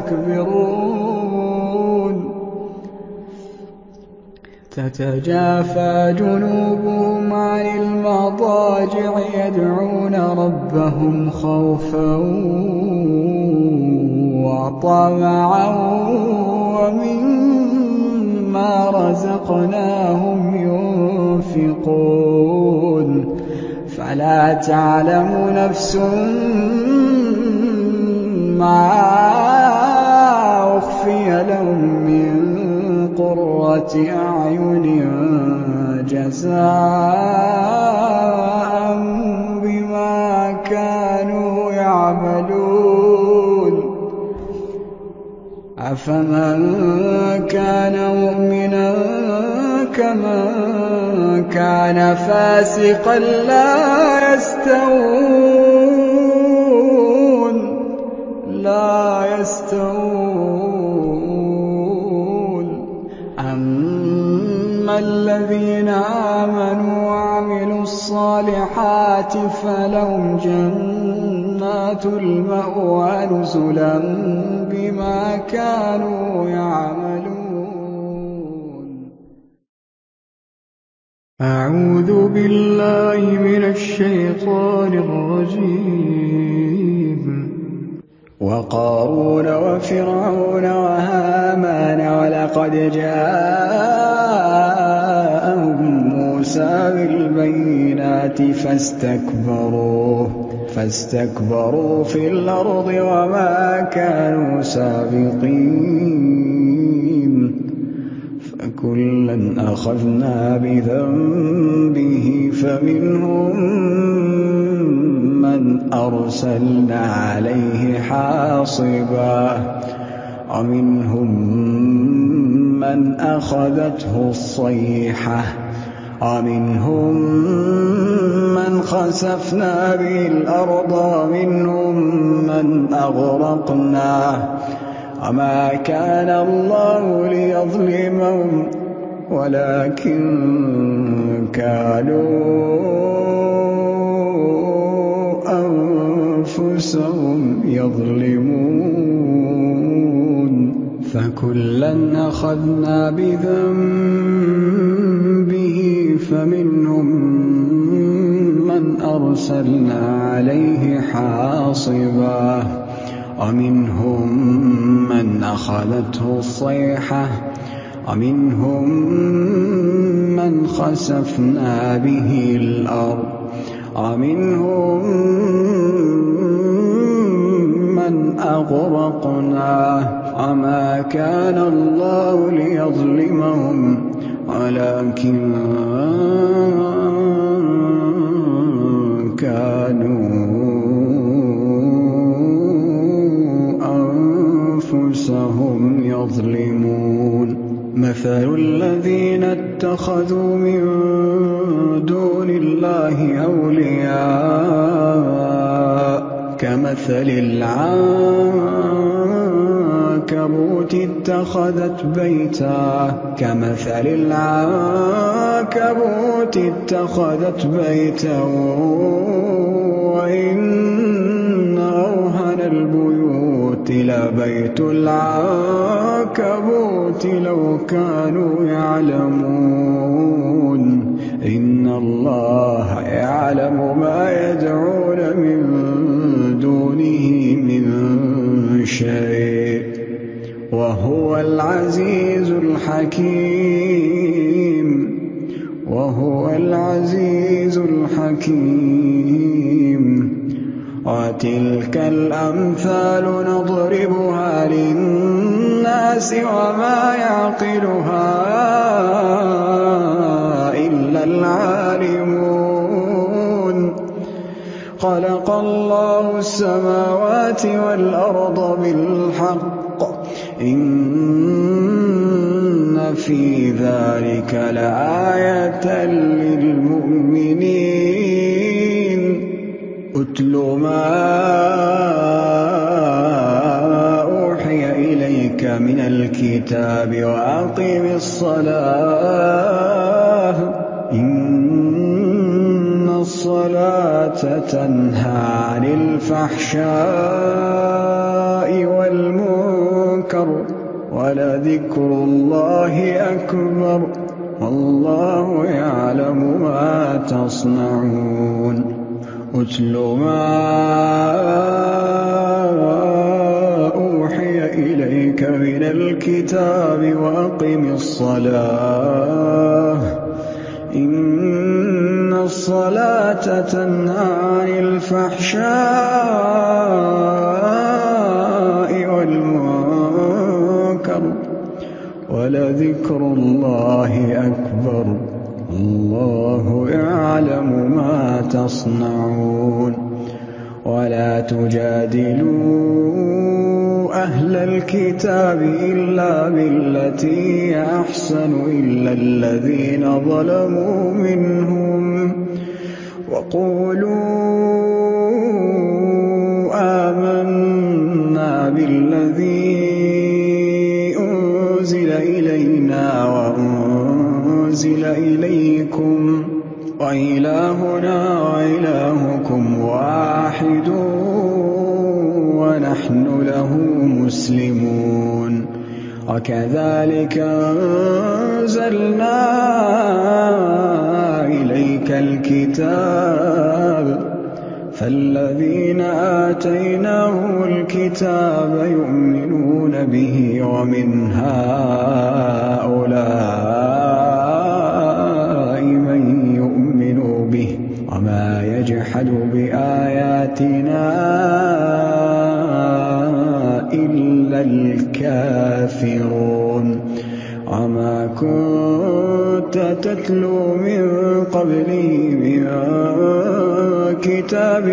يستكبرون تتجافى جنوبهم عن المضاجع يدعون ربهم خوفا وطمعا ومما رزقناهم ينفقون فلا تعلم نفس ما أخفي لَهُم مِّن قُرَّةِ أَعْيُنٍ جَزَاءً بِمَا كَانُوا يَعْمَلُونَ أَفَمَن كَانَ مُؤْمِنًا كَمَن كَانَ فَاسِقًا لَّا يَسْتَوُونَ لَا يَسْتَوُونَ أَمَّا الَّذِينَ آمَنُوا وَعَمِلُوا الصَّالِحَاتِ فَلَهُمْ جَنَّاتُ الْمَأْوَىٰ نُزُلًا بِمَا كَانُوا يَعْمَلُونَ أَعُوذُ بِاللَّهِ مِنَ الشَّيْطَانِ الرَّجِيمِ وَقَارُونَ وَفِرْعَوْنَ وَهَامَانَ وَلَقَدْ جَاءَهُم مُّوسَىٰ بِالْبَيِّنَاتِ فَاسْتَكْبَرُوا فَاسْتَكْبَرُوا فِي الْأَرْضِ وَمَا كَانُوا سَابِقِينَ فَكُلًّا أَخَذْنَا بِذَنبِهِ فَمِنْهُم مَّنْ أَرْسَلْنَا عَلَيْهِ حَاصِبًا وَمِنْهُم مَّنْ أَخَذَتْهُ الصَّيْحَةُ وَمِنْهُم مَّنْ خَسَفْنَا بِهِ الْأَرْضَ وَمِنْهُم مَّنْ أَغْرَقْنَا وَمَا كَانَ اللَّهُ لِيَظْلِمَهُمْ وَلَٰكِن كَانُوا أَنفُسَهُمْ يَظْلِمُونَ فَكُلًّا أَخَذْنَا بِذَنبِهِ فَمِنْهُم مَّنْ أَرْسَلْنَا عَلَيْهِ حَاصِبًا وَمِنْهُم مَّنْ أَخَذَتْهُ الصَّيْحَةُ وَمِنْهُم مَّنْ خَسَفْنَا بِهِ الْأَرْضَ وَمِنْهُم مَّنْ أَغْرَقْنَا وَمَا كَانَ اللَّهُ لِيَظْلِمَهُمْ وَلَٰكِن كَانُوا أَنفُسَهُمْ يَظْلِمُونَ مَثَلُ الَّذِينَ اتَّخَذُوا مِن دُونِ اللَّهِ أَوْلِيَاءَ كَمَثَلِ الْعَنكَبُوتِ اتَّخَذَتْ بَيْتًا كَمَثَلِ الْعَنكَبُوتِ اتَّخَذَتْ بَيْتًا وَإِنَّ أَوْهَنَ الْبُيُوتِ لَبَيْتُ الْعَنكَبُوتِ لَوْ كَانُوا يَعْلَمُونَ إِنَّ اللَّهَ يَعْلَمُ مَا يَدْعُونَ مِن دُونِهِ مِن شَيْءٍ وَهُوَ الْعَزِيزُ الْحَكِيمُ وَهُوَ الْعَزِيزُ الْحَكِيمُ وَتِلْكَ الْأَمْثَالُ نَضْرِبُهَا لِلنَّاسِ وَمَا يَعْقِلُهَا إِلَّا الْعَالِمُونَ خَلَقَ اللَّهُ السَّمَاوَاتِ وَالْأَرْضَ بِالْحَقِّ إِنَّ فِي ذَٰلِكَ لَآيَةً لِّلْمُؤْمِنِينَ اتْلُ مَا أُوحِيَ إِلَيْكَ مِنَ الْكِتَابِ وَأَقِمِ الصَّلَاةَ إِنَّ الصَّلَاةَ تَنْهَىٰ عَنِ الْفَحْشَاءِ وَالْمُنكَرِ وَلَذِكْرُ اللَّهِ أَكْبَرُ وَاللَّهُ يَعْلَمُ مَا تَصْنَعُونَ اتْلُ مَا أُوحِيَ إِلَيْكَ مِنَ الْكِتَابِ وَأَقِمِ الصَّلَاةَ إِنَّ الصَّلَاةَ تَنْهَىٰ عَنِ الْفَحْشَاءِ وَالْمُنكَرِ وَلَذِكْرُ اللَّهِ أَكْبَرُ وَاللَّهُ يَعْلَمُ مَا تَصْنَعُونَ وَلَا تُجَادِلُوا أَهْلَ الْكِتَابِ إِلَّا بِالَّتِي هِيَ أَحْسَنُ إِلَّا الَّذِينَ ظَلَمُوا مِنْهُمْ وَقُولُوا آمَنَّا بِالَّذِي أُنزِلَ إِلَيْنَا وَأُنزِلَ إِلَيْكُمْ وَإِلَٰهُنَا وَإِلَٰهُكُمْ وَاحِدٌ وَنَحْنُ لَهُ مُسْلِمُونَ وَكَذَٰلِكَ أَنزَلْنَا إِلَيْكَ الْكِتَابَ فَالَّذِينَ آتَيْنَاهُمُ الْكِتَابَ يُؤْمِنُونَ بِهِ وَمِنْ هَٰؤُلَاءِ مَن يُؤْمِنُ بِهِ وَمَا يَجْحَدُ بِآيَاتِنَا إِلَّا الْكَافِرُونَ وَمَا كُنتَ تَتْلُو مِن قَبْلِهِ مِن كِتَابٍ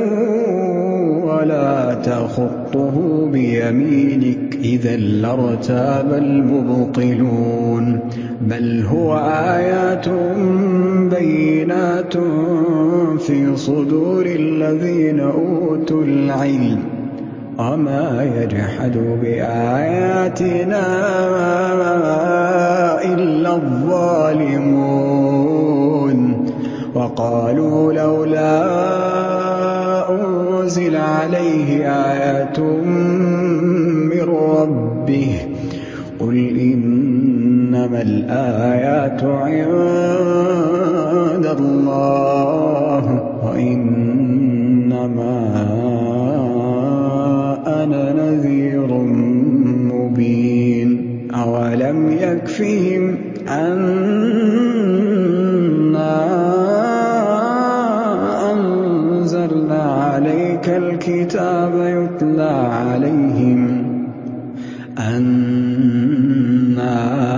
وَلَا تَخُطُّهُ بِيَمِينِكَ إِذًا لَّارْتَابَ الْمُبْطِلُونَ بَلْ هُوَ آيَاتٌ بَيِّنَاتٌ فِي صُدُورِ الَّذِينَ أُوتُوا الْعِلْمَ وَمَا يَجْحَدُ بِآيَاتِنَا إِلَّا الظَّالِمُونَ وَقَالُوا لَوْلَا أُنزِلَ عَلَيْهِ آيَةٌ مِّن رَّبِّهِ قُلْ إِنَّمَا الْآيَاتُ عِندَ اللَّهِ وَإِنَّمَا أَنَا نَذِيرٌ مُّبِينٌ أَوَلَمْ يَكْفِهِمْ أَنَّا أَنزَلْنَا عَلَيْكَ الْكِتَابَ يُتْلَىٰ عَلَيْهِمْ أَنَّا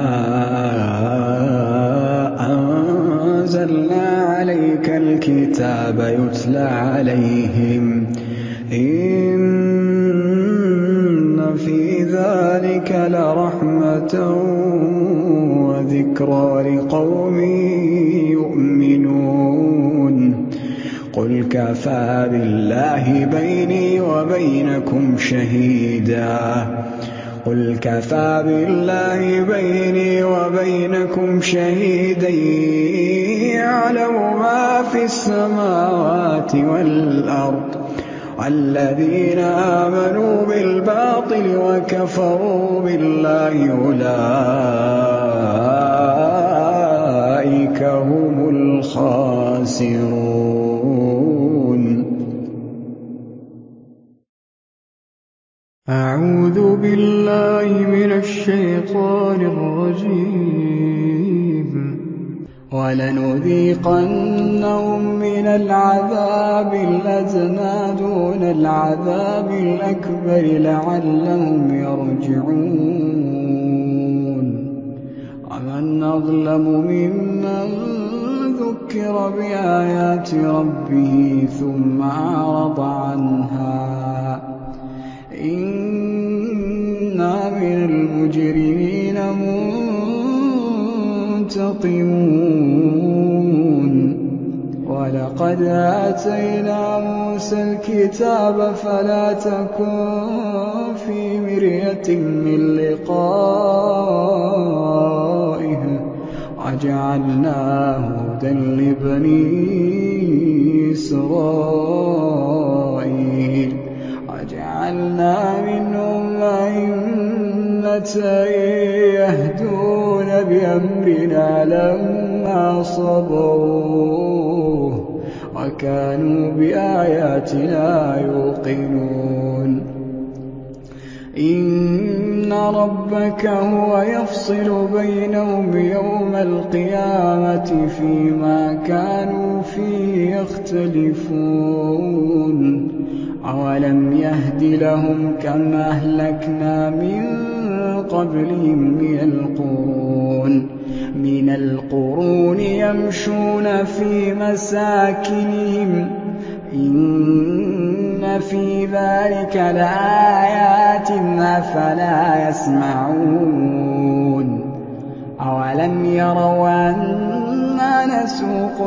أَنزَلْنَا عَلَيْكَ الْكِتَابَ يُتْلَىٰ عَلَيْهِمْ إِنَّ فِي ذَٰلِكَ لَرَحْمَةً وَذِكْرَىٰ لِقَوْمٍ يُؤْمِنُونَ قُلْ كَفَىٰ بِاللَّهِ بَيْنِي وَبَيْنَكُمْ شَهِيدًا قُلْ كَفَىٰ بِاللَّهِ بَيْنِي وَبَيْنَكُمْ شَهِيدًا يَعْلَمُ مَا فِي السَّمَاوَاتِ وَالْأَرْضِ الَّذِينَ آمَنُوا بِالْبَاطِلِ وَكَفَرُوا بِاللَّهِ أُولَٰئِكَ هُمُ الْخَاسِرُونَ أَعُوذُ بِاللَّهِ مِنَ الشَّيْطَانِ الرَّجِيمِ وَلَنُذِيقَنَّهُم مِّنَ الْعَذَابِ الْأَدْنَىٰ دُونَ الْعَذَابِ الْأَكْبَرِ لَعَلَّهُمْ يَرْجِعُونَ وَمَنْ أَظْلَمُ مِمَّن ذُكِّرَ بِآيَاتِ رَبِّهِ ثُمَّ أَعْرَضَ عَنْهَا إِنَّا مِنَ الْمُجْرِمِينَ مُنتَقِمُونَ وَلَقَدْ آتَيْنَا مُوسَى الْكِتَابَ فَلَا تَكُن فِي مِرْيَةٍ مِّن لِّقَائِهِ وَجَعَلْنَاهُ هُدًى لِّبَنِي إِسْرَائِيلَ وَجَعَلْنَا مِنْهُمْ أَئِمَّةً يَهْدُونَ بِأَمْرِنَا لَمَّا صَبَرُوا وَكَانُوا بِآيَاتِنَا يُوقِنُونَ إِنَّ رَبَّكَ هُوَ يَفْصِلُ بَيْنَهُمْ يَوْمَ الْقِيَامَةِ فِيمَا كَانُوا فِيهِ يَخْتَلِفُونَ أَوَلَمْ يَهْدِ لَهُمْ كَمْ أَهْلَكْنَا مِن قبلهم من القرون من القرون يمشون في مساكنهم إن في ذلك لآيات أفلا يسمعون أولم يروا أنا نسوق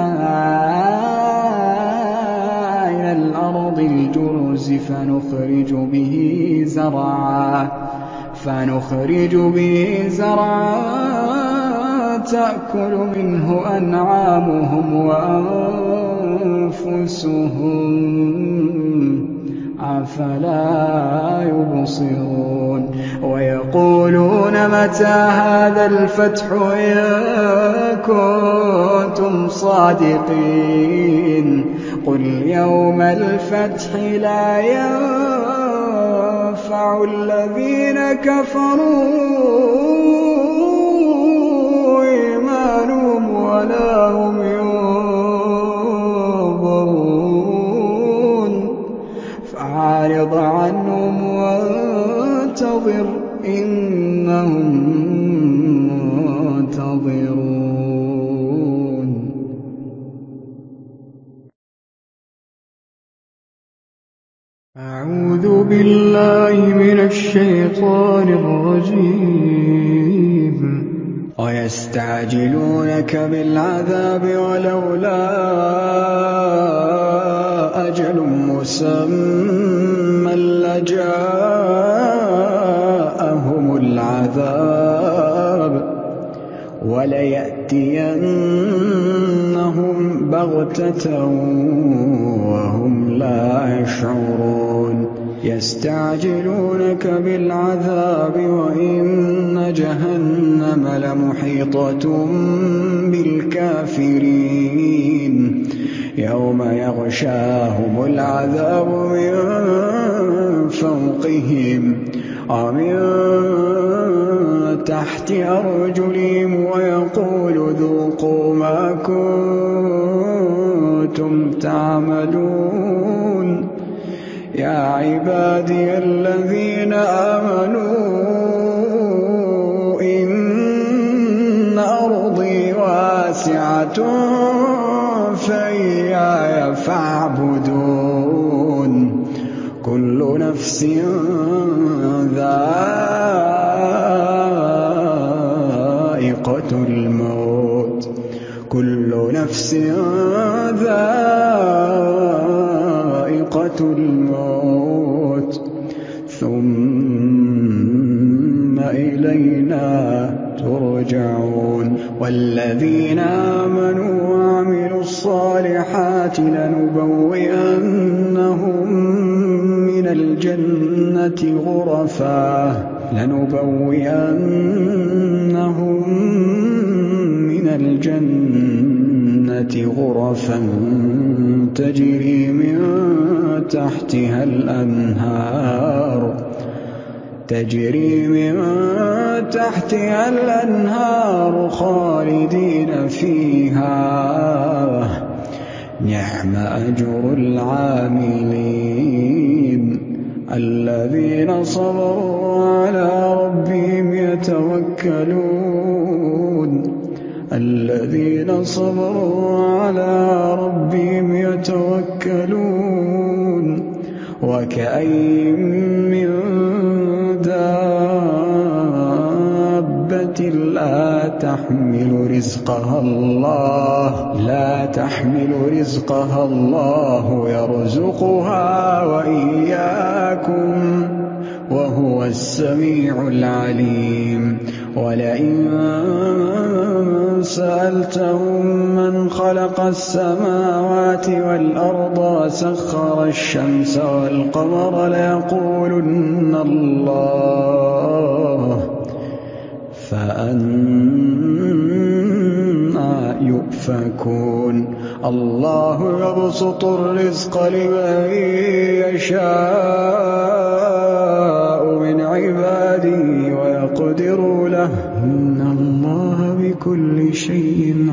الماء إلى الأرض الجرز فنخرج به زرعا فنخرج به زرعا تأكل منه أنعامهم وأنفسهم أفلا يبصرون ويقولون متى هذا الفتح إن كنتم صادقين قل يوم الفتح لا ينفع الذين كفروا إيمانهم ولا هم ينظرون فأعرض عنهم وانتظر إنهم منتظرون. أعوذ بالله من الشيطان الرجيم. ويستعجلونك بالعذاب ولولا أجل مسمى لجاءهم العذاب وليأتينهم بغتة وهم لا يشعرون. يستعجلونك بالعذاب وإن جهنم لمحيطة بالكافرين يوم يغشاهم العذاب من فوقهم ومن تحت أرجلهم ويقول ذوقوا ما كنتم تعملون. يا عبادي الذين آمنوا إن أرضي واسعة فإياي فاعبدون. كل نفس ذائقة الموت كل نفس ذائقة الموت ثم إلينا ترجعون. والذين آمنوا وعملوا الصالحات لنبوئنهم من الجنة غرفا لنبوئنهم من الجنة غرفا تجري من تحتها الأنهار تجري من تحتها الأنهار خالدين فيها نعم أجر العاملين. الذين صبروا على ربهم يتوكلون الذين صبروا على ربهم يتوكلون. وكأين من دابة لا تحمل رزقها الله لا تحمل رزقها الله يرزقها وإياكم وهو السميع العليم. ولئن سألتهم من خلق السماوات والأرض وسخر الشمس والقمر ليقولن الله فأنى يؤفكون. الله يبسط الرزق لمن يشاء من عباده ويقدر له إن الله بكل شيء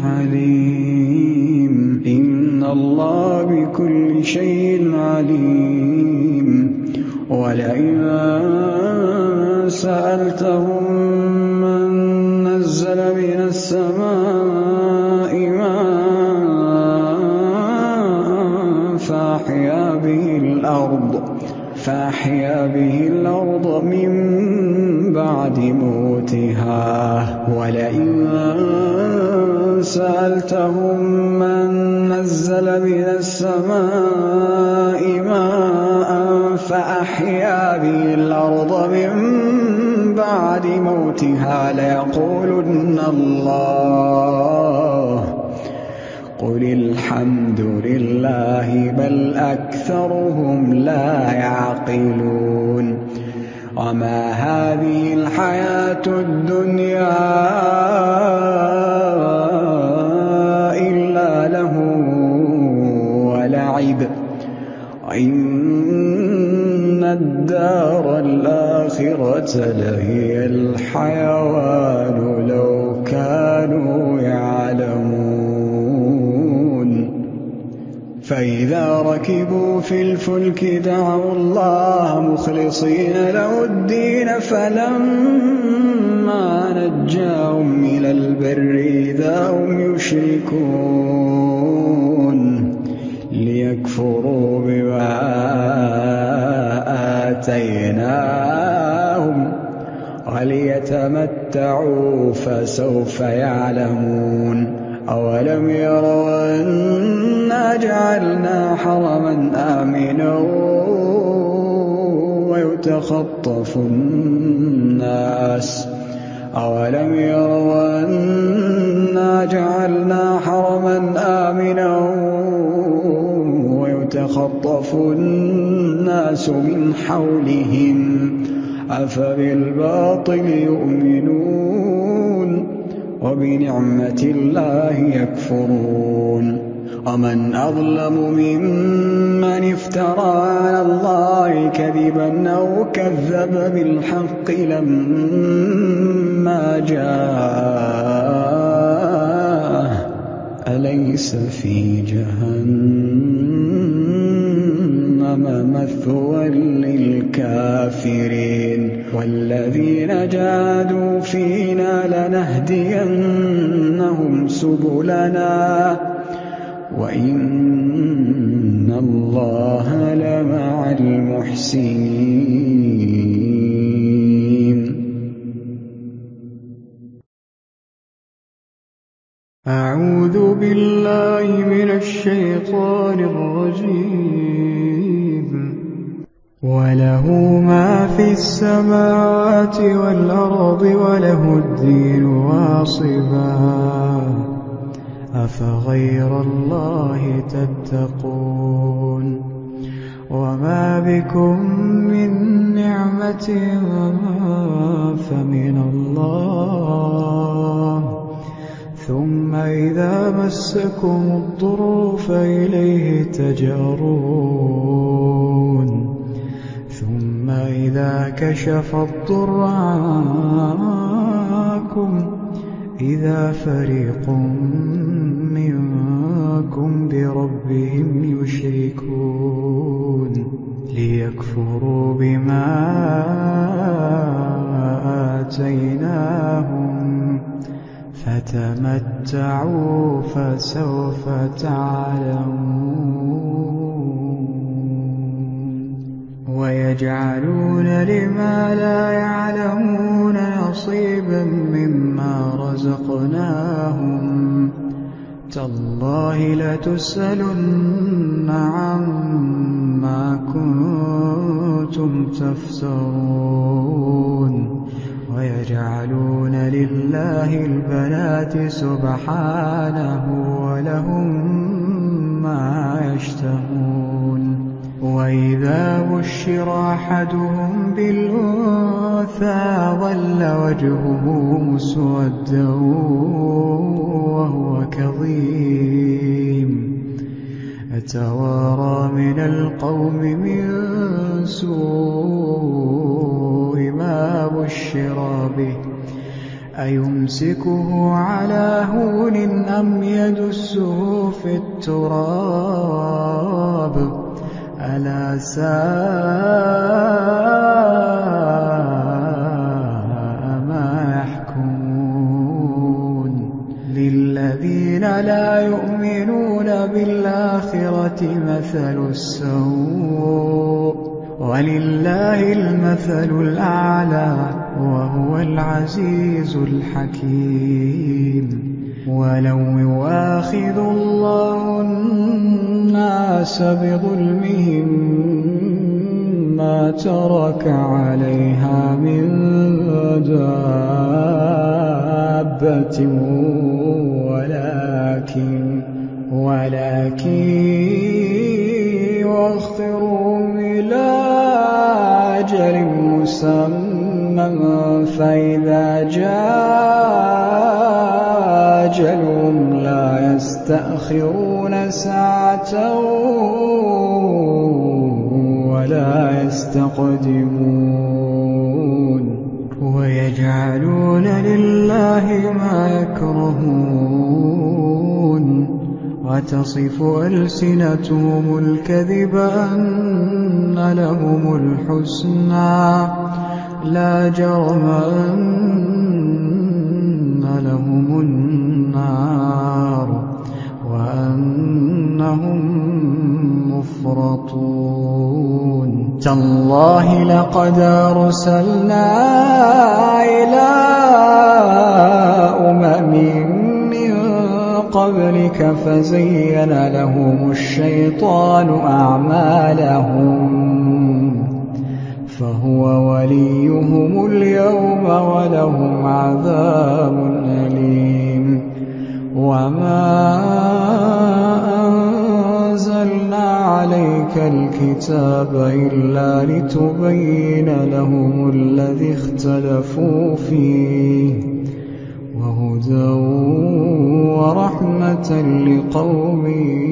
عليم إن الله بكل شيء عليم. ولئن سألتهم فأحيا به الأرض من بعد موتها. ولئن سألتهم من نزل من السماء ماء فأحيا به الأرض من بعد موتها ليقولن الله قل الحمد لله بل أكثرهم لا يعقلون. وما هذه الحياة الدنيا إلا لهو ولعب وإن الدار الآخرة لهي الحيوان لو كانوا يعلمون. فإذا ركبوا في الفلك دعوا الله مخلصين له الدين فلما نجاهم إلى البر إذا هم يشركون ليكفروا بما آتيناهم وليتمتعوا فسوف يعلمون. أولم يروا أنا جعلنا حرما آمنا ويتخطف الناس أولم يروا أنا جعلنا حرما آمنا ويتخطف الناس من حولهم أفبالباطل يؤمنون وبنعمة الله يكفرون. ومن أظلم ممن افترى على الله كذبا أو كذب بالحق لما جاءه أليس في جهنم مثوى للكافرين. والذين جاهدوا فينا لنهدينهم سبلنا وإن الله لمع المحسنين. أعوذ بالله من الشيطان الرجيم. وله ما في السماوات والأرض وله الدين واصبا أفغير الله تتقون. وما بكم من نعمة فمن الله ثم إذا مسكم الضر فإليه تجارون ثم إذا كشف الضر عنكم إذا فريق منكم بربهم يشركون ليكفروا بما آتيناهم فتمتعوا فسوف تعلمون. ويجعلون لما لا يعلمون نصيبا مما رزقناهم تالله لتسألن عما كنتم تفترون. ويجعلون لله البنات سبحانه ولهم ما يشتهون. وإذا بشر أحدهم بالأنثى ظل وجهه مسودا وهو كظيم يتوارى من القوم من سوء ما بشر به أيمسكه على هون أم يدسه في التراب ألا ساء ما يحكمون. للذين لا يؤمنون بالآخرة مثل السوء ولله المثل الأعلى وهو العزيز الحكيم. ولو يؤاخذ الله الناس بظلمهم ما ترك عليها من دابة ولكن ولكن يؤخرهم إلى أجل مسمى فإذا جاء أجلهم لا يستأخرون ساعة ولا يستقدمون. ويجعلون لله ما يكرهون وتصف ألسنتهم الكذب أن لهم الحسنى لا جرم أن لهم النار وأنهم مفرطون. تالله لقد أرسلنا إلى أمم من قبلك فزين لهم الشيطان أعمالهم فهو وليهم اليوم ولهم عذاب أليم. وما أنزلنا عليك الكتاب إلا لتبين لهم الذي اختلفوا فيه وهدى ورحمة لقوم